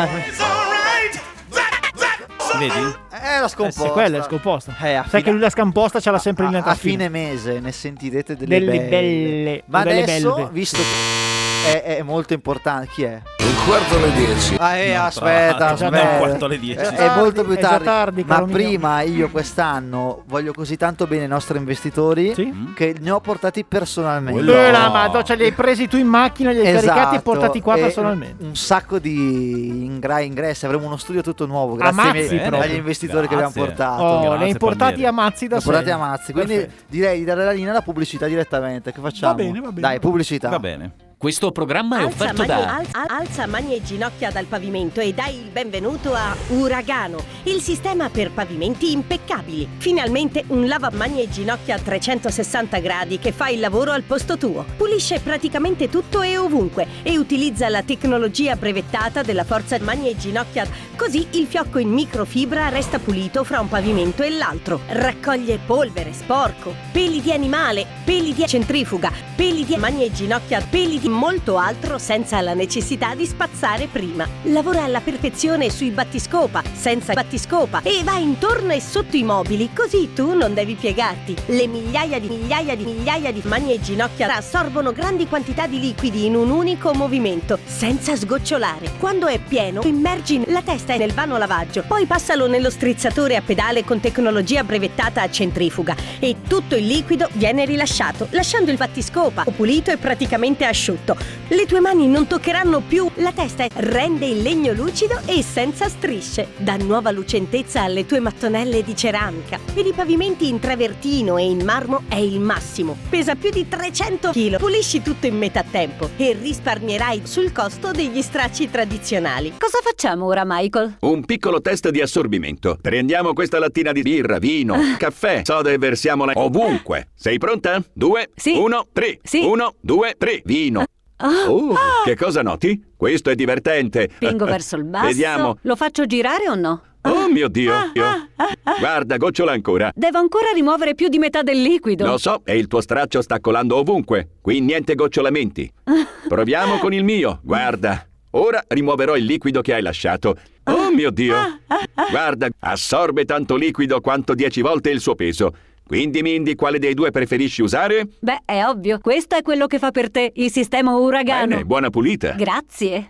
Vedi? Era scomposta. Eh sì, quella è scomposta. Eh, a Sai fine- che lui la scamposta ce l'ha sempre a, in a lettera fine mese ne sentirete delle, Delle belle. belle, Ma delle adesso, belve. visto che è, è molto importante, chi è? Un quarto alle dieci. Ah, eh, No, aspetta, tra- aspetta. non è un quarto alle dieci. È, È è molto tardi, più è già tardi. tardi, ma caro mio. prima io quest'anno voglio così tanto bene i nostri investitori Sì? che ne ho portati personalmente. Quello- Eh, la No. madonna, ce li hai presi tu in macchina, li hai Esatto, caricati e portati qua e personalmente. un sacco di ingra- ingressi, avremo uno studio tutto nuovo grazie A ai miei- mazzi agli proprio. investitori che Grazie. abbiamo portato. Oh, Grazie, li hai portati Palmieri. a mazzi da Li ho portati sé. a mazzi, quindi Perfetto. direi di dare la linea alla pubblicità direttamente. Che facciamo? bene, va bene. Dai, pubblicità. Va bene. Questo programma è Alza offerto mani, da... al- al- alza mani e ginocchia dal pavimento e dai il benvenuto a Uragano, il sistema per pavimenti impeccabili. Finalmente un lavamani e ginocchia a trecentosessanta gradi che fa il lavoro al posto tuo. Pulisce praticamente tutto e ovunque e utilizza la tecnologia brevettata della forza mani e ginocchia, così il fiocco in microfibra resta pulito fra un pavimento e l'altro. Raccoglie polvere, sporco, peli di animale, peli di centrifuga, peli di mani e ginocchia, peli di molto altro senza la necessità di spazzare prima. Lavora alla perfezione sui battiscopa, senza battiscopa, e va intorno e sotto i mobili, così tu non devi piegarti. Le migliaia di migliaia di migliaia di mani e ginocchia assorbono grandi quantità di liquidi in un unico movimento, senza sgocciolare. Quando è pieno, immergi la testa nel vano lavaggio, poi passalo nello strizzatore a pedale con tecnologia brevettata a centrifuga e tutto il liquido viene rilasciato, lasciando il battiscopa pulito e praticamente asciutto. Le tue mani non toccheranno più la testa, rende il legno lucido e senza strisce. Dà nuova lucentezza alle tue mattonelle di ceramica. Per i pavimenti in travertino e in marmo è il massimo. Pesa più di trecento chili. Pulisci tutto in metà tempo e risparmierai sul costo degli stracci tradizionali. Cosa facciamo ora, Michael? Un piccolo test di assorbimento. Prendiamo questa lattina di birra, vino, caffè, soda e versiamola ovunque. Sei pronta? Due, Sì. uno, tre. Sì. Uno, due, tre. Vino. Ah, Oh, che cosa noti? Questo è divertente. Spingo verso il basso. Vediamo. Lo faccio girare o no? Oh mio Dio. Io- Guarda, gocciola ancora. Devo ancora rimuovere più di metà del liquido. Lo so, e il tuo straccio sta colando ovunque. Qui niente gocciolamenti. Proviamo con il mio. Guarda. Ora rimuoverò il liquido che hai lasciato. Oh mio Dio. Guarda, assorbe tanto liquido quanto dieci volte il suo peso. Quindi, Mindy, quale dei due preferisci usare? Beh, è ovvio. Questo è quello che fa per te il sistema Uragano. Bene, buona pulita. Grazie.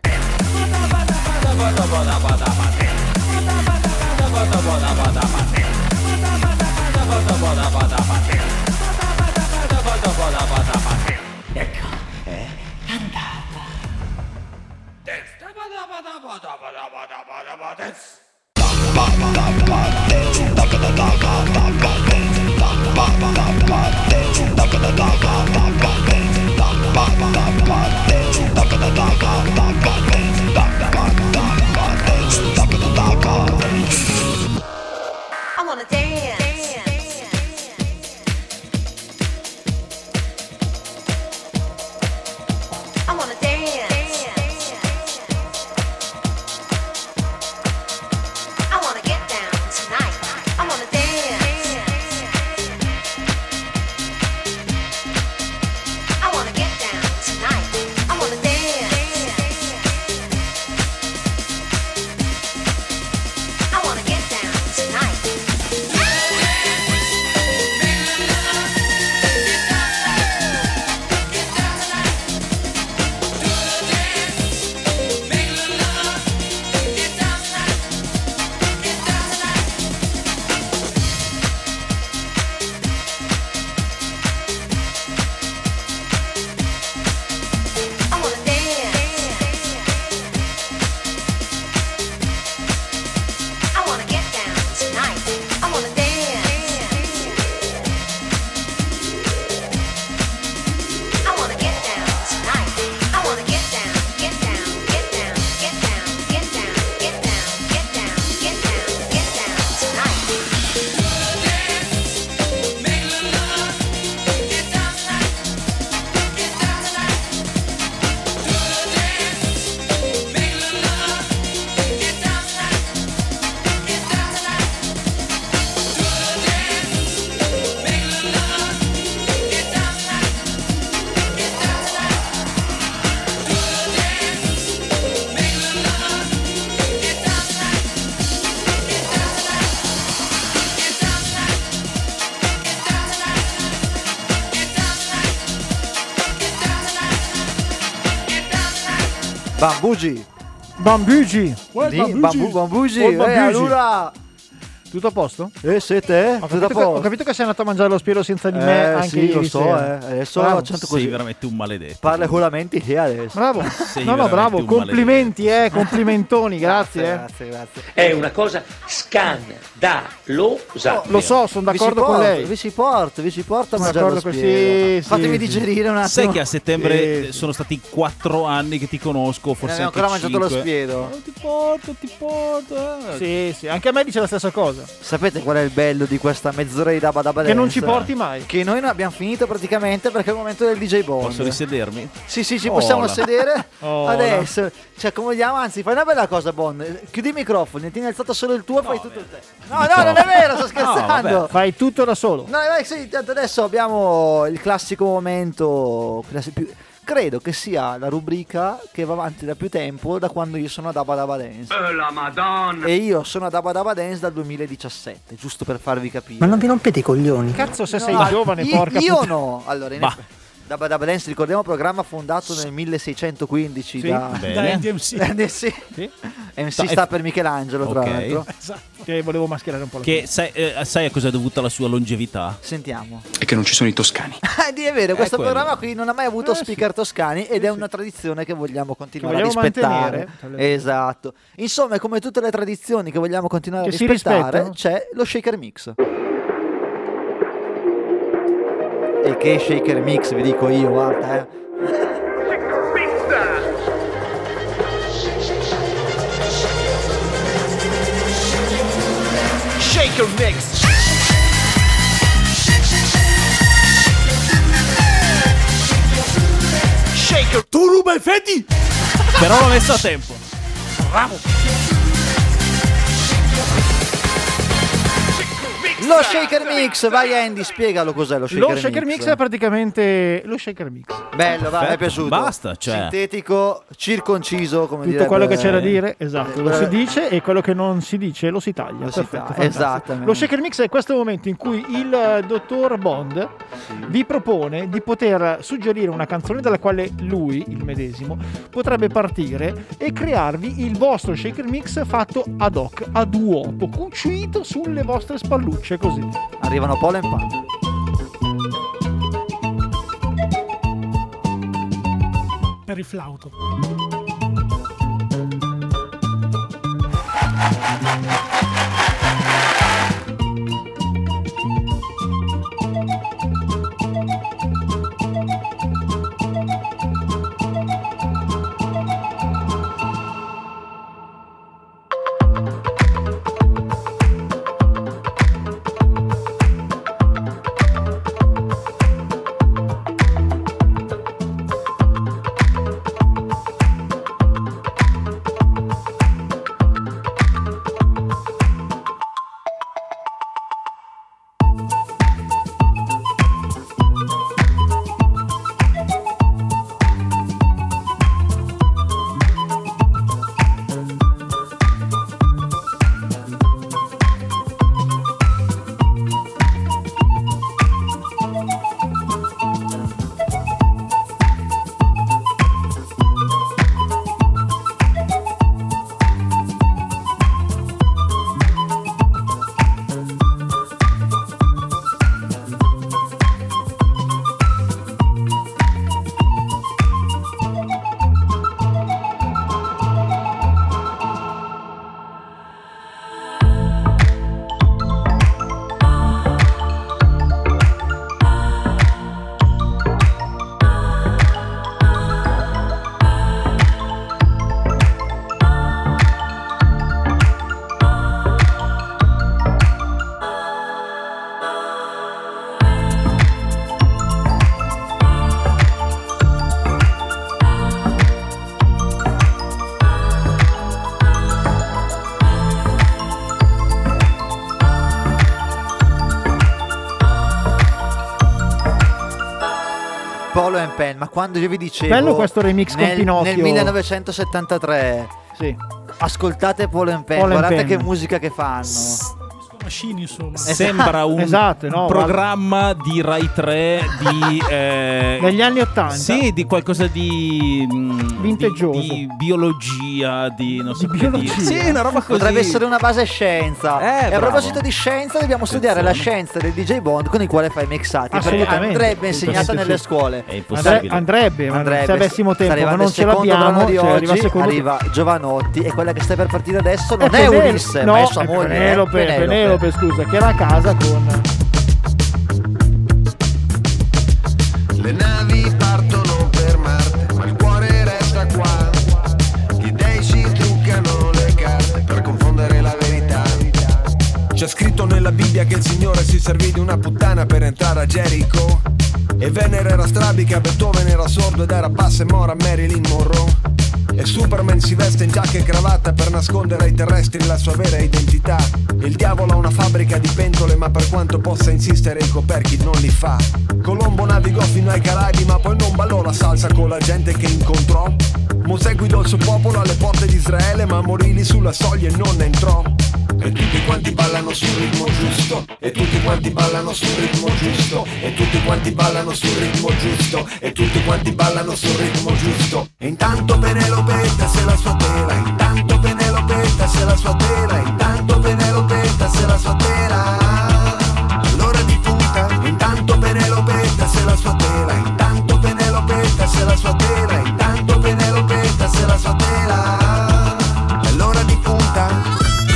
Ecco, è andata. Bambugi. Bambugi. Lì, bambu, bambugi. Oh, Eh, bambugi. allora. Tutto a posto? Eh, siete? Ho Tutto a capito, che, ho posto? capito che sei andato a mangiare lo spiro senza di me Eh, anche sì, ieri lo so, sera. eh. Adesso Bravo. accento così. Sei veramente un maledetto. Parla con la mente te adesso. Bravo. Sei no, no, veramente bravo. un Complimenti, eh. Complimentoni, grazie. eh. Grazie, grazie. È una cosa scandalosa. Lo so, sono Vi si d'accordo con porta, lei. Vi si porta, vi si porta a Sono mangiare lo d'accordo con- spiedo. sì, Fatemi sì, digerire un attimo. Sai che a settembre Sì, eh, sì. sono stati quattro anni che ti conosco, forse Non abbiamo anche ancora mangiato lo cinque. spiedo. Oh, ti porto, ti porto. eh. Sì, sì, anche a me dice la stessa cosa. Sapete qual è il bello di questa mezz'ora di Dabba Dabba Che non Dance? ci porti mai. Che noi non abbiamo finito praticamente perché è il momento del D J Bond. Posso risedermi? Sì, sì, ci Ola. possiamo sedere Ola. adesso. Ci accomodiamo, anzi, fai una bella cosa, Bond. Chiudi i microfoni, tieni alzato solo il tuo e fai tutto il te. No, no, non è vero, sto scherzando. vabbè. Fai tutto da solo. No, dai, sì, tanto adesso abbiamo il classico momento. classi- più- Credo che sia la rubrica che va avanti da più tempo, da quando io sono a Dabba Dabba Dance. Oh la madonna! E io sono a Dabba Dabba Dance dal duemiladiciassette, giusto per farvi capire. Ma non vi rompete i coglioni? Cazzo, se No, sei no, giovane, io, porca io puttana. no. Allora, in Bah. effetti, Dabba Dabba Dance, ricordiamo, programma fondato nel milleseicentoquindici Sì. da Bene. Da N D M C. Eh, sì. Sì. M C Da- sta per Michelangelo, tra Ok. l'altro. Che volevo mascherare un po' la Che sai, eh, sai a cosa è dovuta la sua longevità? Sentiamo. E che non ci sono i toscani. Eh, di è vero, questo quello. programma qui non ha mai avuto Eh, sì. speaker toscani ed è una tradizione che vogliamo continuare Che a vogliamo rispettare. mantenere. Esatto. Insomma, come tutte le tradizioni che vogliamo continuare Che a si rispettare, rispettano. c'è lo shaker mix. E che shaker mix, vi dico io, guarda, eh. Shaker mix. Shaker. Tu ruba effetti! Però l'ho messo a tempo. Lo shaker mix, vai Andy, spiegalo cos'è lo shaker Lo mix. shaker mix è praticamente lo shaker mix. Bello, va, mi è Perfetto, piaciuto. basta, cioè. Sintetico, circonciso, come Tutto direbbe- quello che c'è da dire, esatto, lo Eh, si dice e quello che non si dice lo si taglia. Lo si Perfetto, taglia, fantastico. esattamente. Lo shaker mix è questo momento in cui il eh, dottor Bond vi propone di poter suggerire una canzone dalla quale lui, il medesimo, potrebbe partire e crearvi il vostro shaker mix fatto ad hoc, ad uopo, cucito sulle vostre spallucce, così. Arrivano Paul and Pan. Per il flauto. Polo and Pen, ma quando io vi dicevo Bello questo remix con nel, Pinocchio. nel millenovecentosettantatré Sì. ascoltate Polo and Pen, Paul and guardate Pen. che musica che fanno. Machine, insomma. Sembra un Esatto, no, programma di Rai tre di eh, negli anni ottanta. Sì, di qualcosa di mh, Vintaggioso. di, di biologia, di non so Di che biologia. dire. Sì, una roba così. Potrebbe essere una base scienza. Eh, e a bravo. proposito di scienza, dobbiamo studiare la scienza del D J Bond con il quale fai mixati. Perché Assolutamente. andrebbe insegnata Assolutamente nelle sì. scuole. È impossibile. Andre- andrebbe, ma Andrebbe. se avessimo tempo, Sta ma non arrivando ce il secondo l'abbiamo. brano di Cioè, arriva oggi, il secondo- arriva Giovanotti e quella che sta per partire adesso non È è Penel- Ulisse, no, ma è sua è moglie. Penelope, eh, Penelope, scusa, che era a casa con Le navi partono per Marte, ma il cuore resta qua. Gli dei ci truccano le carte per confondere la verità. C'è scritto nella Bibbia che il Signore si servì di una puttana per entrare a Jericho. E Venere era strabica, Beethoven era sordo ed era passa e mora Marilyn Monroe. E Superman si veste in giacca e cravatta per nascondere ai terrestri la sua vera identità. Il diavolo ha una fabbrica di pentole, ma per quanto possa insistere i coperchi non li fa. Colombo navigò fino ai Caraibi, ma poi non ballò la salsa con la gente che incontrò. Mosè guidò il suo popolo alle porte di Israele, ma morì lì sulla soglia e non entrò. E tutti quanti ballano sul ritmo giusto, e tutti quanti ballano sul ritmo giusto, e tutti quanti ballano sul ritmo giusto, e tutti quanti ballano sul ritmo giusto. E intanto Penelope tesse la sua tela, intanto Penelope tesse la sua tela, intanto Penelope tesse la sua tela. All'ora di punta, intanto Penelope tesse la sua tela, intanto Penelope tesse la sua tela, intanto Penelope tesse la sua tela. All'ora di punta.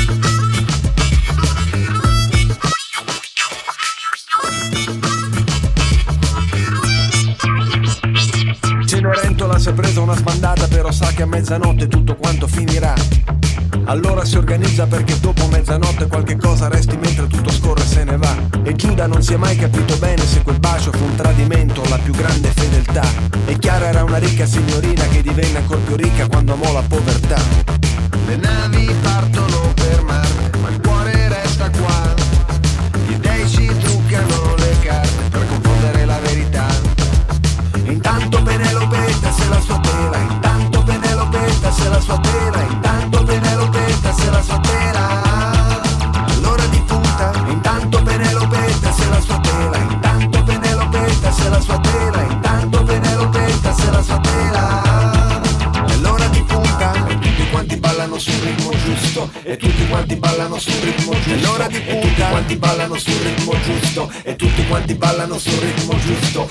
Cenerentola si è presa una sbandata, però sa che a mezzanotte tutto quanto finirà. Allora si organizza perché dopo mezzanotte qualche cosa resti mentre tutto scorre e se ne va. E Giuda non si è mai capito bene se quel bacio fu un tradimento o la più grande fedeltà. E Chiara era una ricca signorina che divenne ancor più ricca quando amò la povertà. Le navi partono per Marte, ma il cuore resta qua. Gli dei ci truccano le carte per confondere la verità. Intanto Penelope tesse la sua tela, intanto Penelope tesse la sua tela, intanto Penelope tesse la sua tela. All'ora di punta, intanto Penelope tesse la sua tela, intanto Penelope tesse la sua tela, intanto Penelope tesse la sua tela. All'ora di punta, e tutti quanti ballano sul ritmo giusto, e tutti quanti ballano sul ritmo giusto. È l'ora di punta, e tutti quanti ballano sul ritmo giusto, e tutti quanti ballano sul ritmo giusto.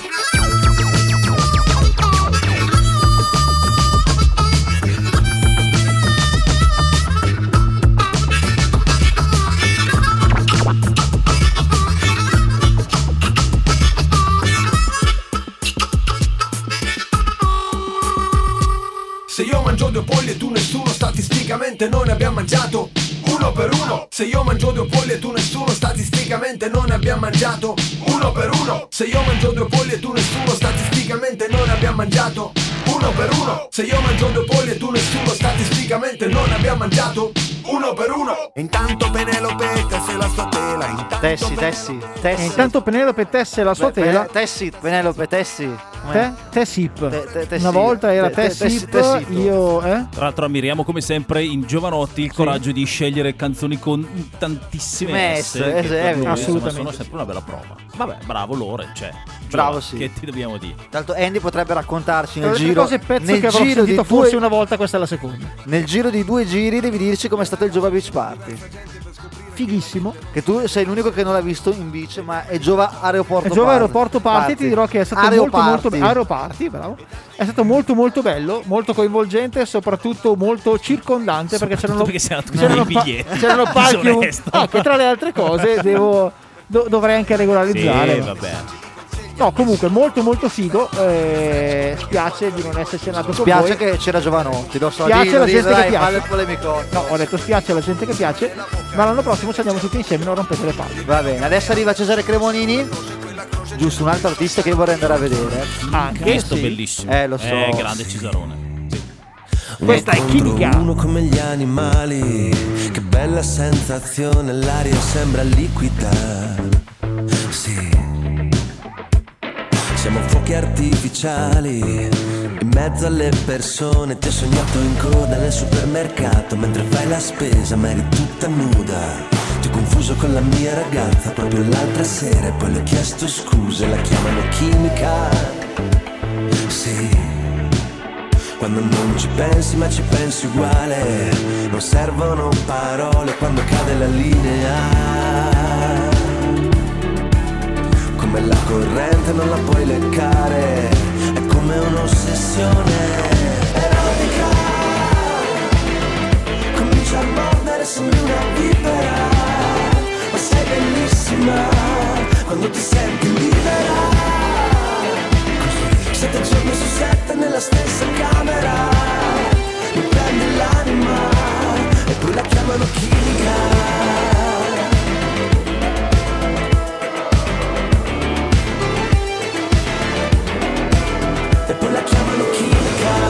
Se io mangio due polli e tu nessuno, statisticamente noi ne abbiamo mangiato uno per uno. Se io mangio due polli e tu nessuno, statisticamente noi ne abbiamo mangiato uno per uno. Se io mangio due polli e tu nessuno, statisticamente noi ne abbiamo mangiato uno per uno. Se io mangio due polli e tu nessuno, statisticamente noi ne abbiamo mangiato uno per uno. Intanto Penelope tesse la sua tela, intanto Tessi, tessi, tessi. E intanto Penelope tesse la sua Beh, tela. Pene- Tessi, Penelope, tessi. Te? Tessip. Te- te- tessi. Una volta era Te- te- Tessip, tessi- tessito. io eh? Tra l'altro ammiriamo come sempre in Giovanotti il coraggio di scegliere canzoni con tantissime Messe, S, che eh, per sì, lui, è vero. insomma, Assolutamente. sono sempre una bella prova. Vabbè, bravo Lore, cioè. Bravo, Giova, sì. Che ti dobbiamo dire? Tanto Andy potrebbe raccontarci Tra nel le giro cose pezzo nel che avrò giro di sentito due, forse una volta, questa è la seconda. nel giro di due giri devi dirci com'è stato il Giova Beach Party. Fighissimo. Che tu sei l'unico che non l'ha visto in beach, ma è Giova Aeroporto E Giova Party. Aeroporto Party, ti dirò che è stato molto molto bello. Aeroparty, bravo. È stato molto molto bello, molto coinvolgente e soprattutto molto circondante, perché c'erano perché siamo tutti c'erano, dei pa- biglietti. c'erano palchi Disonesto. ah, che tra le altre cose devo do- dovrei anche regolarizzare. Sì, ma- vabbè. No, comunque molto molto figo. Eh, spiace di non esserci andato con Spiace voi. che c'era Giovanotti, lo so. Spiace dillo, alla dillo, gente dai, che piace. fai il polemico. No, ho detto spiace alla gente che piace, ma l'anno prossimo ci andiamo tutti insieme, non rompete le palle. Va bene, adesso arriva Cesare Cremonini. Giusto, un altro artista che vorrei andare a vedere. Anche Questo sì. bellissimo. Eh, lo so. È grande Cesarone. Questa è chimica. Uno come gli animali, che bella sensazione, l'aria sembra liquida. Sì. Siamo fuochi artificiali in mezzo alle persone. Ti ho sognato in coda nel supermercato mentre fai la spesa, ma eri tutta nuda. Ti ho confuso con la mia ragazza proprio l'altra sera e poi le ho chiesto scuse, la chiamano chimica. Sì, quando non ci pensi ma ci pensi uguale, non servono parole quando cade la linea. Come la corrente non la puoi leccare, è come un'ossessione erotica. Comincia a mordere, sembri una vipera, ma sei bellissima quando ti senti libera. Così, sette giorni su sette nella stessa camera, mi prendi l'anima e poi la chiamano chimica. E poi la chiamano chimica.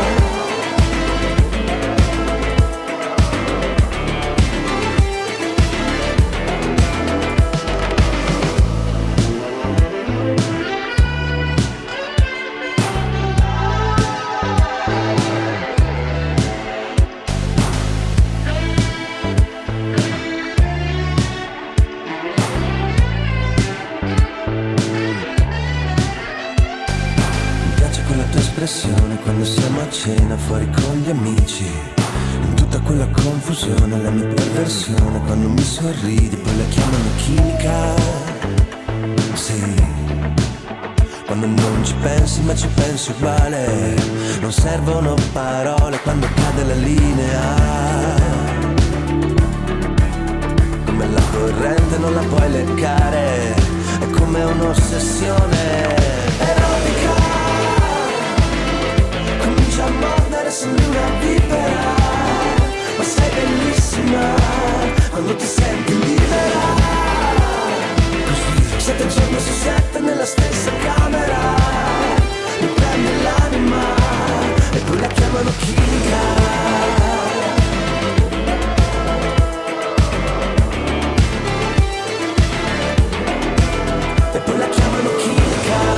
Quando siamo a cena fuori con gli amici, in tutta quella confusione, la mia perversione, quando mi sorridi poi la chiamano chimica. Sì, quando non ci pensi ma ci pensi uguale, non servono parole quando cade la linea. Come la corrente non la puoi leccare, è come un'ossessione erotica. Comincia a mordere, sembri una vipera, ma sei bellissima quando ti senti libera. Così, sette giorni su sette nella stessa camera, mi prendi l'anima e poi la chiamano chimica. E poi la chiamano chimica.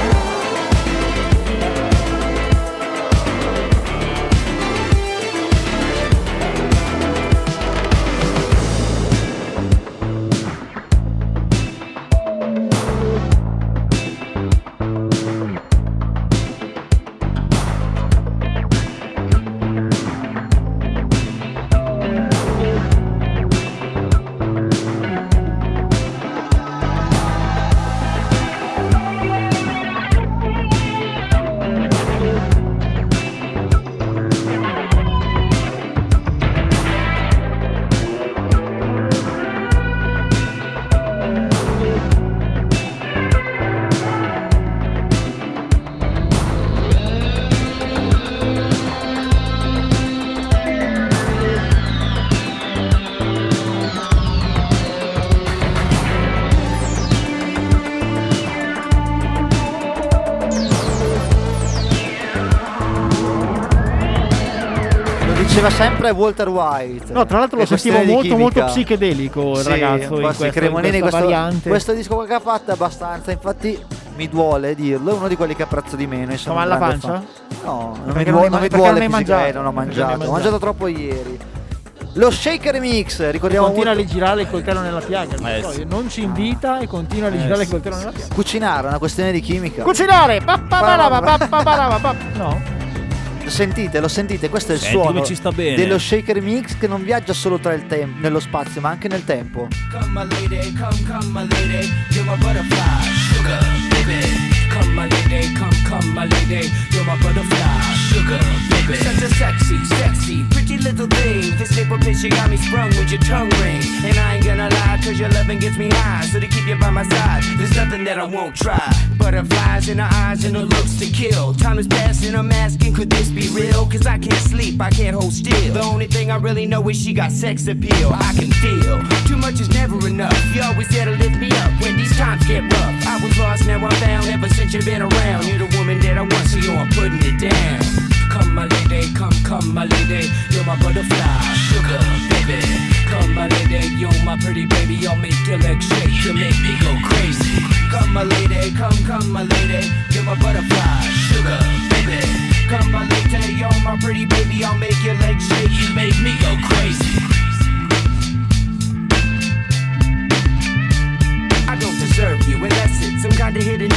Diceva sempre Walter White. No, tra l'altro lo Le sentivo questioni di molto chimica. molto psichedelico il Sì, ragazzo un in po' sì, questa, in Cremonini, questa questo, variante. questo disco che ha fatto è abbastanza, infatti mi duole dirlo, è uno di quelli che apprezzo di meno. e sono Ma un alla grande pancia? fan. No, non Perché mi non duole, hai non mi ma- perché duole non hai fisicamente, mangiato? non ho Perché non hai mangiato, ho mangiato. mangiato troppo ieri. Lo Shaker Mix, ricordiamo Continua molto- a rigirare il coltello nella piaga. Eh, Poi sì. non ci invita e continua a rigirare il coltello nella piaga. Cucinare è una questione di chimica. Cucinare! Pa, pa, pa, pa, pa, pa, pa, pa. No. Lo sentite, lo sentite, questo è il Senti suono come ci sta bene. dello Shaker Mix che non viaggia solo tra il tempo, nello spazio, ma anche nel tempo. Come my lady, come, come my lady, you're my butterfly, sugar, baby. Come my lady, come, come my lady, you're my butterfly, sugar, baby. Such a sexy, sexy, pretty little thing. This paper bitch, you got me sprung with your tongue ring. And I ain't gonna lie, cause your loving gets me high. So to keep you by my side, there's nothing that I won't try. Butterflies in her eyes and her looks to kill. Time is passing, I'm asking, could this be real? Cause I can't sleep, I can't hold still. The only thing I really know is she got sex appeal. I can feel, too much is never enough. You always there to lift me up when these times get rough. I was lost, now I'm found, ever since you've been around. You're the woman that I want, so yo, I'm putting it down. Come my lady, come, come my lady, you're my butterfly, sugar, baby. Come my lady, you're my pretty baby, I'll make your legs shake, you make me go crazy. Come my lady, come, come my lady, you're my butterfly, sugar, baby. Come my lady, you're my pretty baby, I'll make your legs shake, you make me go crazy.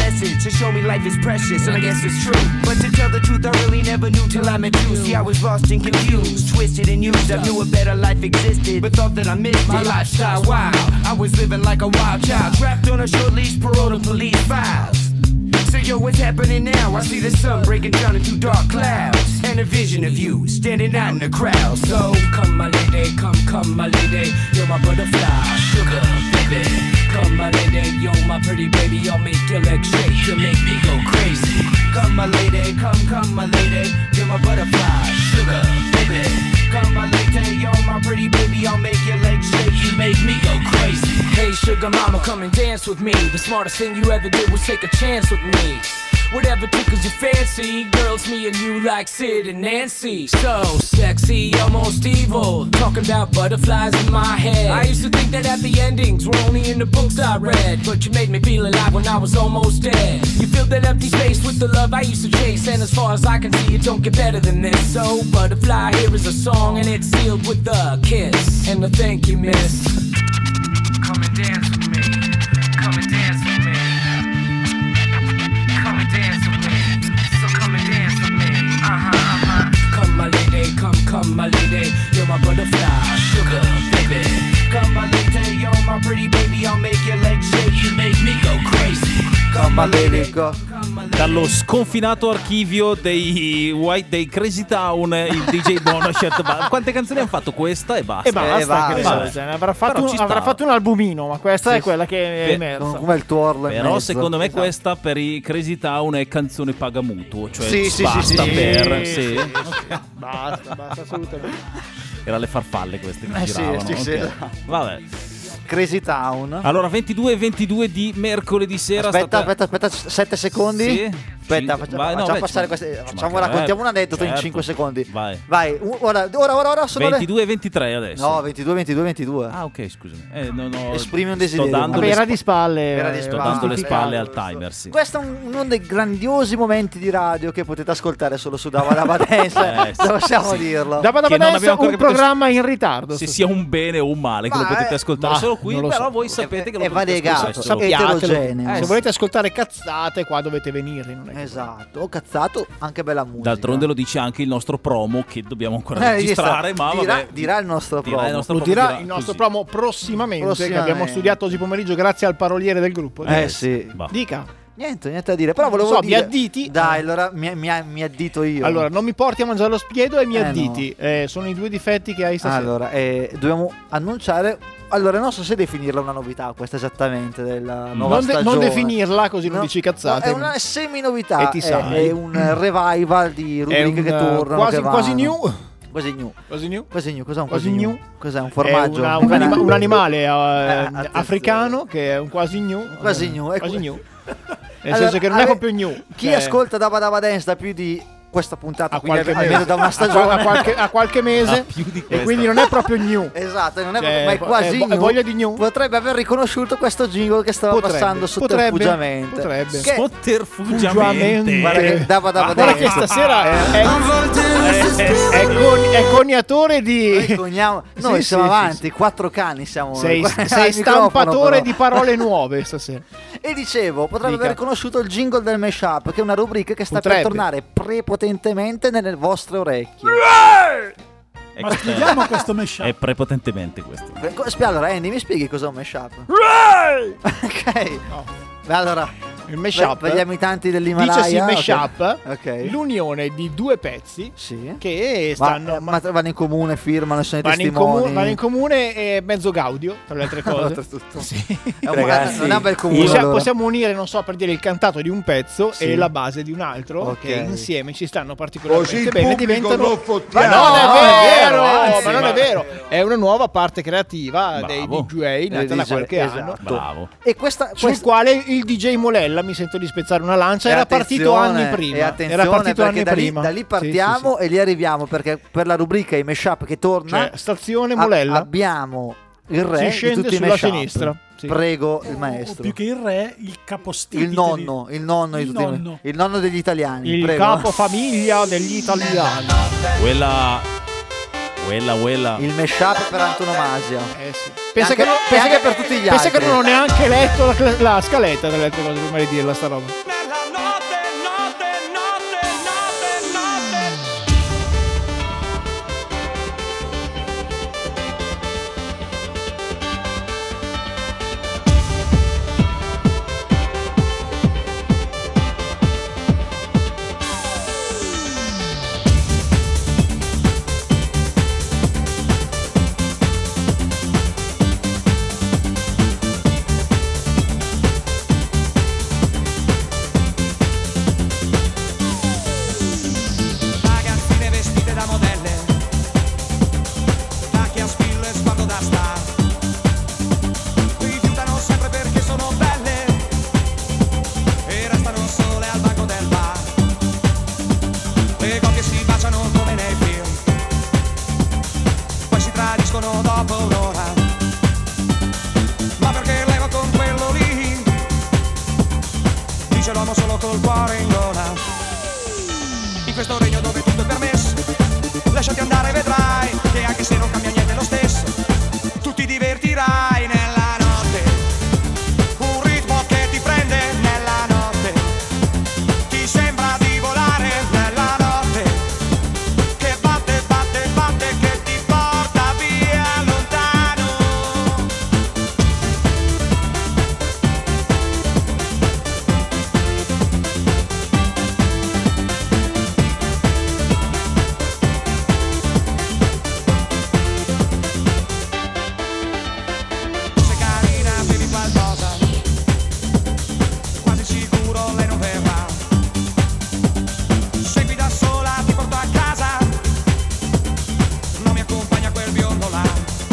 message to show me life is precious, and I guess it's true. But to tell the truth, I really never knew till I met you. See, I was lost and confused, twisted and used. I knew a better life existed, but thought that I missed my lifestyle. Wow, I was living like a wild child, trapped on a short leash, paroled to police files. So yo, what's happening now? I see the sun breaking down into dark clouds, and a vision of you standing out in the crowd. So come my lady, come, come my lady, you're my butterfly, sugar baby. Come my lady, you're my pretty baby, I'll make your legs shake, you make me go crazy. Come my lady, come, come my lady, you're my butterfly, sugar baby. Come my lady, you're my pretty baby, I'll make your legs shake, you make me go crazy. Hey sugar mama, come and dance with me. The smartest thing you ever did was take a chance with me. Whatever tickles your fancy, girls, me and you like Sid and Nancy. So sexy, almost evil, talking about butterflies in my head. I used to think that happy endings were only in the books I read, but you made me feel alive when I was almost dead. You filled that empty space with the love I used to chase, and as far as I can see, it don't get better than this. So butterfly, here is a song, and it's sealed with a kiss and a thank you, miss. Come and dance with me, come and dance with me. Come and dance with me, so come and dance with me. Uh-huh, uh-huh. Come my lady, come, come my lady, you're my butterfly, sugar baby. Come my lady, you're my pretty baby, I'll make your legs shake, you make me go crazy. Come my lady, go. Dallo sconfinato archivio dei White dei Crazy Town, il D J Bono scelto. Quante canzoni hanno fatto? Questa e basta. E basta, Eh, basta. che Vabbè. cioè, avrà, fatto un, ci avrà sta. fatto un albumino, ma questa Sì, è quella che è Beh, emersa. Come il tuorlo in Però mezzo. secondo me Esatto. questa per i Crazy Town è canzone pagamutuo, cioè Sì, sì, basta sì, sì, per sì, sì. sì, Ok. Basta, basta, assolutamente. Era le farfalle queste che Eh sì, giravano. sì, sì, ok. esatto. Vabbè. Crazy Town. Allora ventidue e ventidue di mercoledì sera. Aspetta, state... aspetta, aspetta, sette secondi. Sì. Aspetta, Cinque- facciamo, vai, no, facciamo beh, passare ci- queste. ci Facciamo, mancherebbe. raccontiamo un aneddoto in Certo. cinque secondi. Vai. Vai, u- ora, ora, ora, ora sono le- ventidue e ventidue adesso. No, ventidue, ventidue, ventidue. Ah, ok, scusami. Eh, non ho... Esprimi un Sto desiderio. dando Vabbè, le era spa- di spalle. Era di eh, Sto spalle. dando le giustificato. spalle al timer, sì. Questo è un- uno dei grandiosi momenti di radio che potete ascoltare solo su Dava Dava Dance. Eh, sì, possiamo sì. dirlo. Dabba Dabba Che non Dance, abbiamo ancora un capito programma in ritardo. Se sia un bene o un male che Ma lo potete è- ascoltare ma solo qui, non lo però so. voi sapete che lo è potete variegato, ascoltare solo qui. Sappiatelo. eterogeneo. Se Eh, volete ascoltare cazzate, qua dovete venire. Non è che- Esatto, ho cazzato anche bella musica. D'altronde lo dice anche il nostro promo che dobbiamo ancora Eh, registrare, ma dirà, vabbè. dirà il nostro Dirà promo. il nostro Lo promo, dirà dirà il nostro così. promo prossimamente, Prossimamente. che abbiamo studiato oggi pomeriggio grazie al paroliere del gruppo. Eh sì. Bah. Dica. Niente, niente da dire. Però volevo So, mi dire. additi? Dai, allora mi, mi, mi addito io. Allora, non mi porti a mangiare lo spiedo e mi Eh, additi. Eh, sono i due difetti che hai stasera. Allora, eh, dobbiamo annunciare. Allora, non so se definirla una novità, questa esattamente della nuova non, de- stagione. non definirla così non No, dici no, cazzate. è una semi-novità. E ti è, sai. è un revival di È rubriche un, che eh, tornano. quasi, che quasi vanno. new. Quasi new. Quasi new. Quasi new. Cos'è un Quasi quasi, new? new? Cos'è un formaggio? È una- un, anima- un animale eh, attenzione. africano che è un quasi new. Quasi new, è Quasi que- new. Nel Allora, senso che non è ave- proprio new. Chi Cioè, ascolta Dava Dava Dance da più di questa puntata, a quindi qualche almeno mese, da una a, stagione, a qualche, a qualche mese, Ah, più di e questa. quindi non è proprio new. esatto, non è, Cioè, ma è quasi è vo- è new. voglia di new. Potrebbe aver riconosciuto questo jingle che stava Potrebbe, passando sotterfugiamente. potrebbe, potrebbe. Che- Sotterfugiamente. Guarda che Dava Dava Ma guarda Dance. che stasera è, è, è, è, con- è coniatore di. Noi coniamo- noi Sì, siamo sì, avanti, sì, quattro cani siamo. Sei, al sei microfono, stampatore però. di parole nuove stasera. E dicevo, potrebbe Dica. aver conosciuto il jingle del mashup, che è una rubrica che sta Potrebbe. per tornare prepotentemente nelle vostre orecchie. Ecco, Ma spieghiamo questo mashup. È prepotentemente questo. Eh, co- spie- Allora, Andy, mi spieghi cos'è un mashup? Ok. Beh, allora, Il mashup. per gli abitanti dell'Himalaya. Dicesi ok. mashup, Ok. l'unione di due pezzi Sì. che Ma, stanno. eh, ma vanno in comune, firmano, sono i vanno, in testimoni. comune, vanno in comune e mezzo gaudio, tra le altre cose. Oltretutto. Sì. È un, Ragazzi, non è un bel comune. Possiamo, allora. possiamo unire, non so, per dire il cantato di un pezzo Sì. e la base di un altro, Ok. che insieme ci stanno particolarmente Così il bene. pubblico Diventano. lo Ma fottiamo. non No, è è vero, vero, anzi, ma non ma- è vero. È una nuova parte creativa Bravo. dei D J nata Dei da D J, qualche esatto. anno. Bravo. E questa, Sul questa- quale il D J Molella, mi sento di spezzare una lancia, e era partito attenzione, anni prima. E attenzione, Era partito perché anni da lì, prima. da lì Sì, partiamo sì, sì. e lì arriviamo, perché per la rubrica i mashup che torna Cioè, stazione a- Molella. abbiamo il re Si di scende tutti i sulla mashup. sinistra. Sì. Prego il O maestro. più che il re, il capostipite. Il nonno, il nonno di Il tutti i- nonno. il nonno degli italiani. Il prego. capofamiglia degli italiani. Quella. Quella, quella. Il mashup per antonomasia. Eh sì. Pensa anche, che, non- e pensa anche che- per tutti gli pensa altri. che non ho neanche letto la, la scaletta delle altre cose prima di dirla sta roba. Ragazzine vestite da modelle, tacchi a spille e sguardo da star, rifiutano sempre perché sono belle e restano sole al banco del bar. Le coppie si baciano come nei film, poi si tradiscono dopo un'ora, ma perché levo con quello lì, dice l'uomo solo col cuore in gola. In questo regno dove tutto è permesso, lasciati andare, vedrai che anche se non cambia niente è lo stesso, tu ti divertirai nella notte. Un ritmo che ti prende nella notte, ti sembra di volare nella notte, che batte, batte, batte, che ti porta via lontano. Se carina bevi qualcosa, quasi sicuro lei non verrà. Segui da sola, ti porto a casa, non mi accompagna quel biondo là.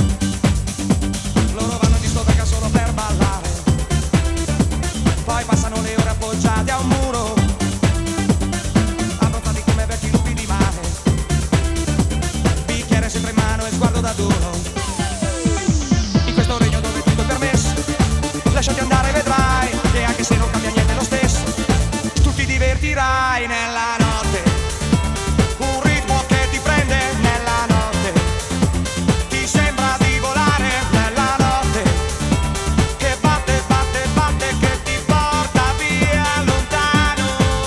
Loro vanno in discoteca solo per ballare, poi passano le ore appoggiate a un muro, abbronzati come vecchi lupi di mare, bicchiere sempre in mano e sguardo da duro. In questo regno dove tutto è permesso, lasciati andare, vedrai che anche se non cambia niente è lo stesso, tu ti divertirai nella notte. Un ritmo che ti prende nella notte, ti sembra di volare nella notte, che batte, batte, batte, che ti porta via lontano.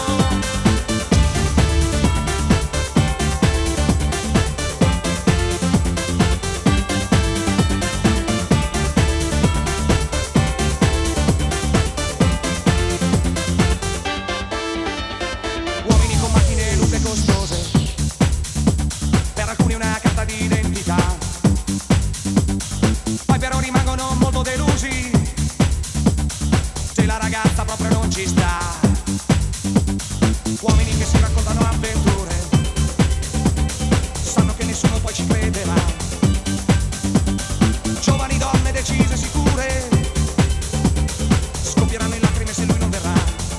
Uomini con macchine lunghe e costose, per alcuni una carta di identità, poi però rimangono molto delusi se la ragazza proprio non ci sta. Uomini che si raccontano avventure, sanno che nessuno poi ci crederà. Giovani donne decise e sicure, scoppieranno in lacrime se lui non verrà.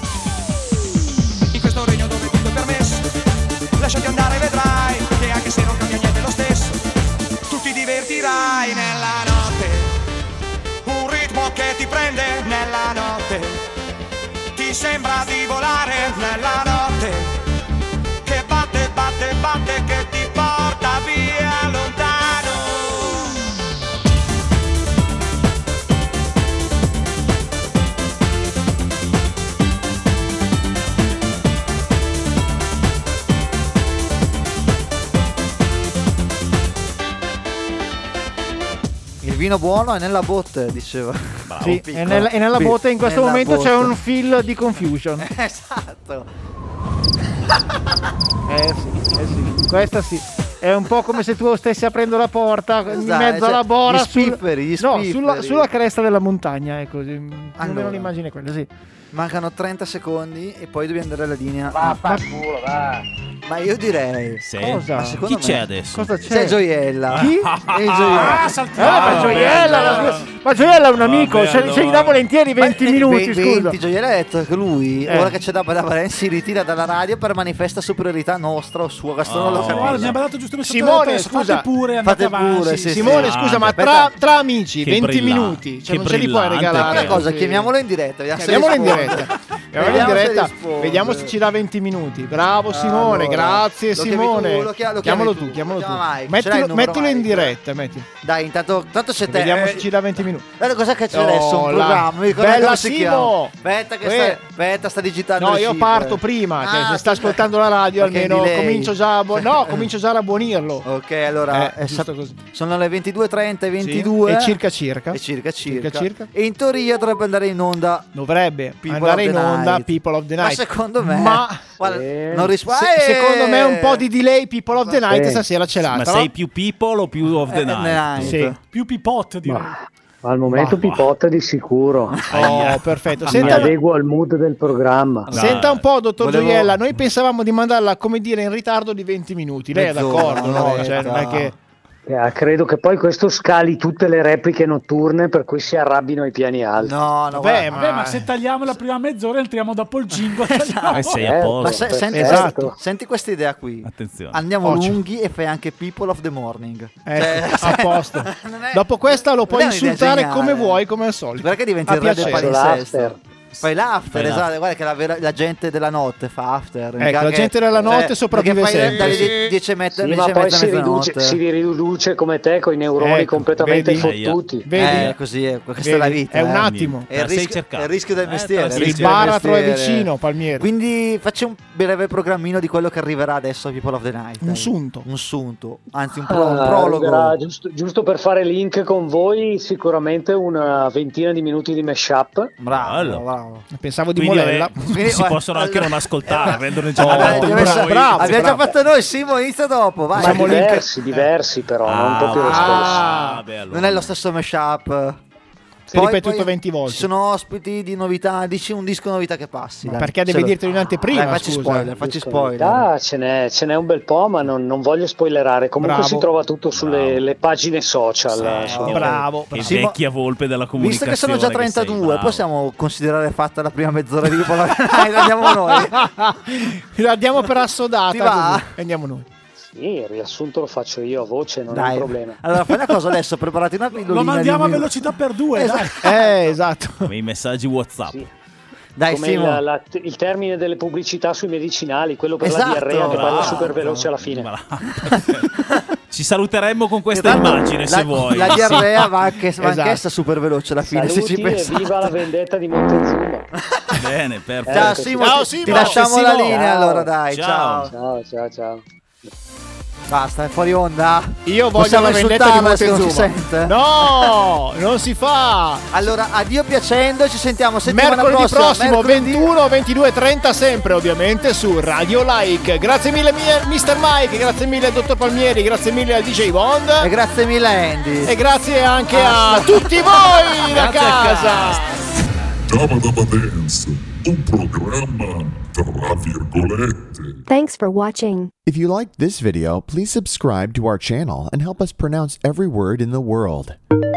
In questo regno dove tutto è permesso, lasciati andare, vedrai che anche se non cambia niente è lo stesso, tu ti divertirai nella notte. Un ritmo che ti prende nella notte, ti sembra di volare nella notte, che batte, batte, batte, che ti porta via lontano. Il vino buono è nella botte, diceva. Sì, Piccolo. e nella, e nella Sì, botte in questo nella momento c'è botte. un fil di confusion. Esatto. Eh sì, eh sì, questa sì. È un po' come se tu stessi aprendo la porta in Esatto, mezzo cioè, alla bora gli spifferi, gli no, spifferi. sulla, sulla cresta della montagna, ecco, più o Allora. meno l'immagine è quella, sì. Mancano trenta secondi e poi devi andare alla linea. Vaffanculo, va. Ma io direi. Sì. Cosa? Ma secondo Chi c'è me- adesso? Cosa c'è? C'è Gioiella. Chi? E Gioiella. Ah, saltiamo. Eh, ma Gioiella, la- ma Gioiella è un amico, Vabbè, ce, allora. ce li dà volentieri venti Ma- minuti, ve- scusa. venti, Gioiella ha detto che lui, Eh. ora che c'è da Badabaren, si ritira dalla radio per manifesta superiorità nostra o sua, che non lo Guarda, mi capisco. ha badato giusto per Simone, adesso, scusa. fate pure, andate Fate avanti. pure, sì, sì. Simone, Ah, scusa, ma aspetta. tra, tra amici, Che venti brillante, minuti, cioè che non ce li puoi brillante regalare. Una cosa, così. chiamiamolo in diretta. vediamo se Chiamiamolo in risponde. diretta. Chiamiamolo in diretta, vediamo se ci dà venti minuti. Bravo Simone, Allora, grazie lo chiami Simone. tu, lo chia- lo chiami chiamalo tu, tu, chiamalo lo tu. chiama Mike. Ce l'hai il Mettilo, numero, mettilo in Mike? diretta, metti. Dai, intanto, intanto se te. Vediamo eh, se ci dà venti minuti. Guarda cosa che c'è Oh, adesso, un la- programma. Mi ricordo Bella come si chiama. Simo! Aspetta, che Que- sta, aspetta, sta digitando. No, le io cifre. parto prima, che Ah, se sta ascoltando la radio perché almeno di lei. comincio già a bu- no, comincio già a abbonirlo. Ok, allora Eh, è giusto sta- così. sono le ventidue e trenta e Sì, ventidue. e circa circa. E circa circa. Circa, circa. E in teoria dovrebbe andare in onda. Dovrebbe People andare of in the onda Night. People of the Ma Night. secondo me. Ma guarda, Sì. non risponde. se- secondo me un po' di delay People of the Night Sì. stasera ce l'ha. Ma però- sei più people o più of the Eh, night? night. Sì. Più pipot, direi. Ma, ma al momento Ma- pipotte di sicuro. Oh, perfetto. Mi Senta, adeguo al mood del programma. senta un po', dottor Volevo- Gioiella. Noi pensavamo di mandarla, come dire, in ritardo di venti minuti. Lei è Mezz'ora, d'accordo, no? un'oretta. Cioè, non è che. Eh, credo che poi questo scali tutte le repliche notturne per cui si arrabbino ai piani alti. No, no, Vabbè, guarda. Vabbè, ma se tagliamo la prima mezz'ora entriamo dopo il jingle. tagliamo. Eh, sei a Certo. posto. Ma se- senti, Esatto. senti questa idea qui. Attenzione. Andiamo Oh, c- lunghi e fai anche People of the Morning. Ecco, Cioè, a posto. non è- Dopo questa lo puoi non è un'idea insultare geniale. come vuoi, come al solito. Perché diventi A il re del piacere. palinsesto? Fai l'after, Fai esatto. l'after. Guarda che la, vera- la gente della notte fa after. Ecco, la gente della notte sopravvive perché fai sempre. dalle die- dieci e mezza, Sì, dieci ma e poi mezza, si riduce, mezzanotte. si riduce come te con i neuroni Ecco, completamente vedi? fottuti. Vedi? Eh, così è, questa Vedi? è la vita. È un eh. attimo. È il, Te la sei rischio, cercata. è il rischio del Eh, mestiere. te la è sei il Il rischio del baratro è mestiere. vicino, Palmieri. Quindi faccio un breve programmino di quello che arriverà adesso a People of the Night. Un dai. sunto. Un sunto, anzi un, pro- un Ah, prologo. arriverà, giusto, giusto per fare link con voi, sicuramente una ventina di minuti di mashup. Bravo, Bello. bravo. Pensavo di Quindi, Molella. eh, Quindi, si guarda, possono anche non ascoltare, avendone già Oh, Vabbè, mandato abbiamo un messo- bravo. bravo, abbiamo già bravo. fatto noi, Simo, inizia dopo, vai. Ma Siamo lì. diversi, diversi però, non proprio lo stesso. Ah, beh, allora. Non è lo stesso mashup. Si è ripetuto venti volte. Ci sono ospiti di novità, dici un disco novità che passi. Ma dai. perché deve Ce lo- dirtelo in anteprima, Dai, facci scusa. spoiler, facci spoiler. Ah, ce n'è, ce n'è un bel po', ma non, non voglio spoilerare. Comunque Bravo. si trova tutto sulle le pagine social. Sì, insomma. Bravo. Che Sì, ma- vecchia volpe della Visto comunicazione. che sono già sei, trentadue, bravo. possiamo considerare fatta la prima mezz'ora di People of the Night? Andiamo noi. La diamo per assodata. Ti va? così. E andiamo noi. Sì, il riassunto lo faccio io a voce, non è Dai. un problema. Allora fai una cosa adesso, preparati una pillolina. Lo mandiamo a di un- velocità per due, dai. Eh, esatto. Come i messaggi WhatsApp. Dai, Come Simo. il, la- il termine delle pubblicità sui medicinali, quello per Esatto, la diarrea che bravo. parla super veloce alla fine. Ci saluteremmo con questa Esatto. immagine, se la, vuoi. La diarrea va anche, va Esatto. anch'essa super veloce alla fine, se Saluti ci e pensate. viva la vendetta di Montezuma. Bene, perfetto. Ciao Simo, Ciao, ti- Simo. ti lasciamo Ciao, la Simo. linea Ciao. allora, dai, Ciao. ciao. Ciao, ciao, ciao. Basta, è fuori onda. Io voglio Possiamo la vendetta di insultarla se non si Montezuma. sente? No, non si fa. Allora, addio piacendo, ci sentiamo settimana Mercoledì prossima. prossimo, mercoledì. ventuno, ventidue e trenta, sempre ovviamente su Radio Like. Grazie mille mie- mister Mike, grazie mille al dottor Palmieri, grazie mille al D J Bond. E grazie mille Andy. E grazie anche a tutti voi da Grazie a casa. Daba Daba Dance, un programma tra virgolette. Thanks for watching. If you liked this video, please subscribe to our channel and help us pronounce every word in the world.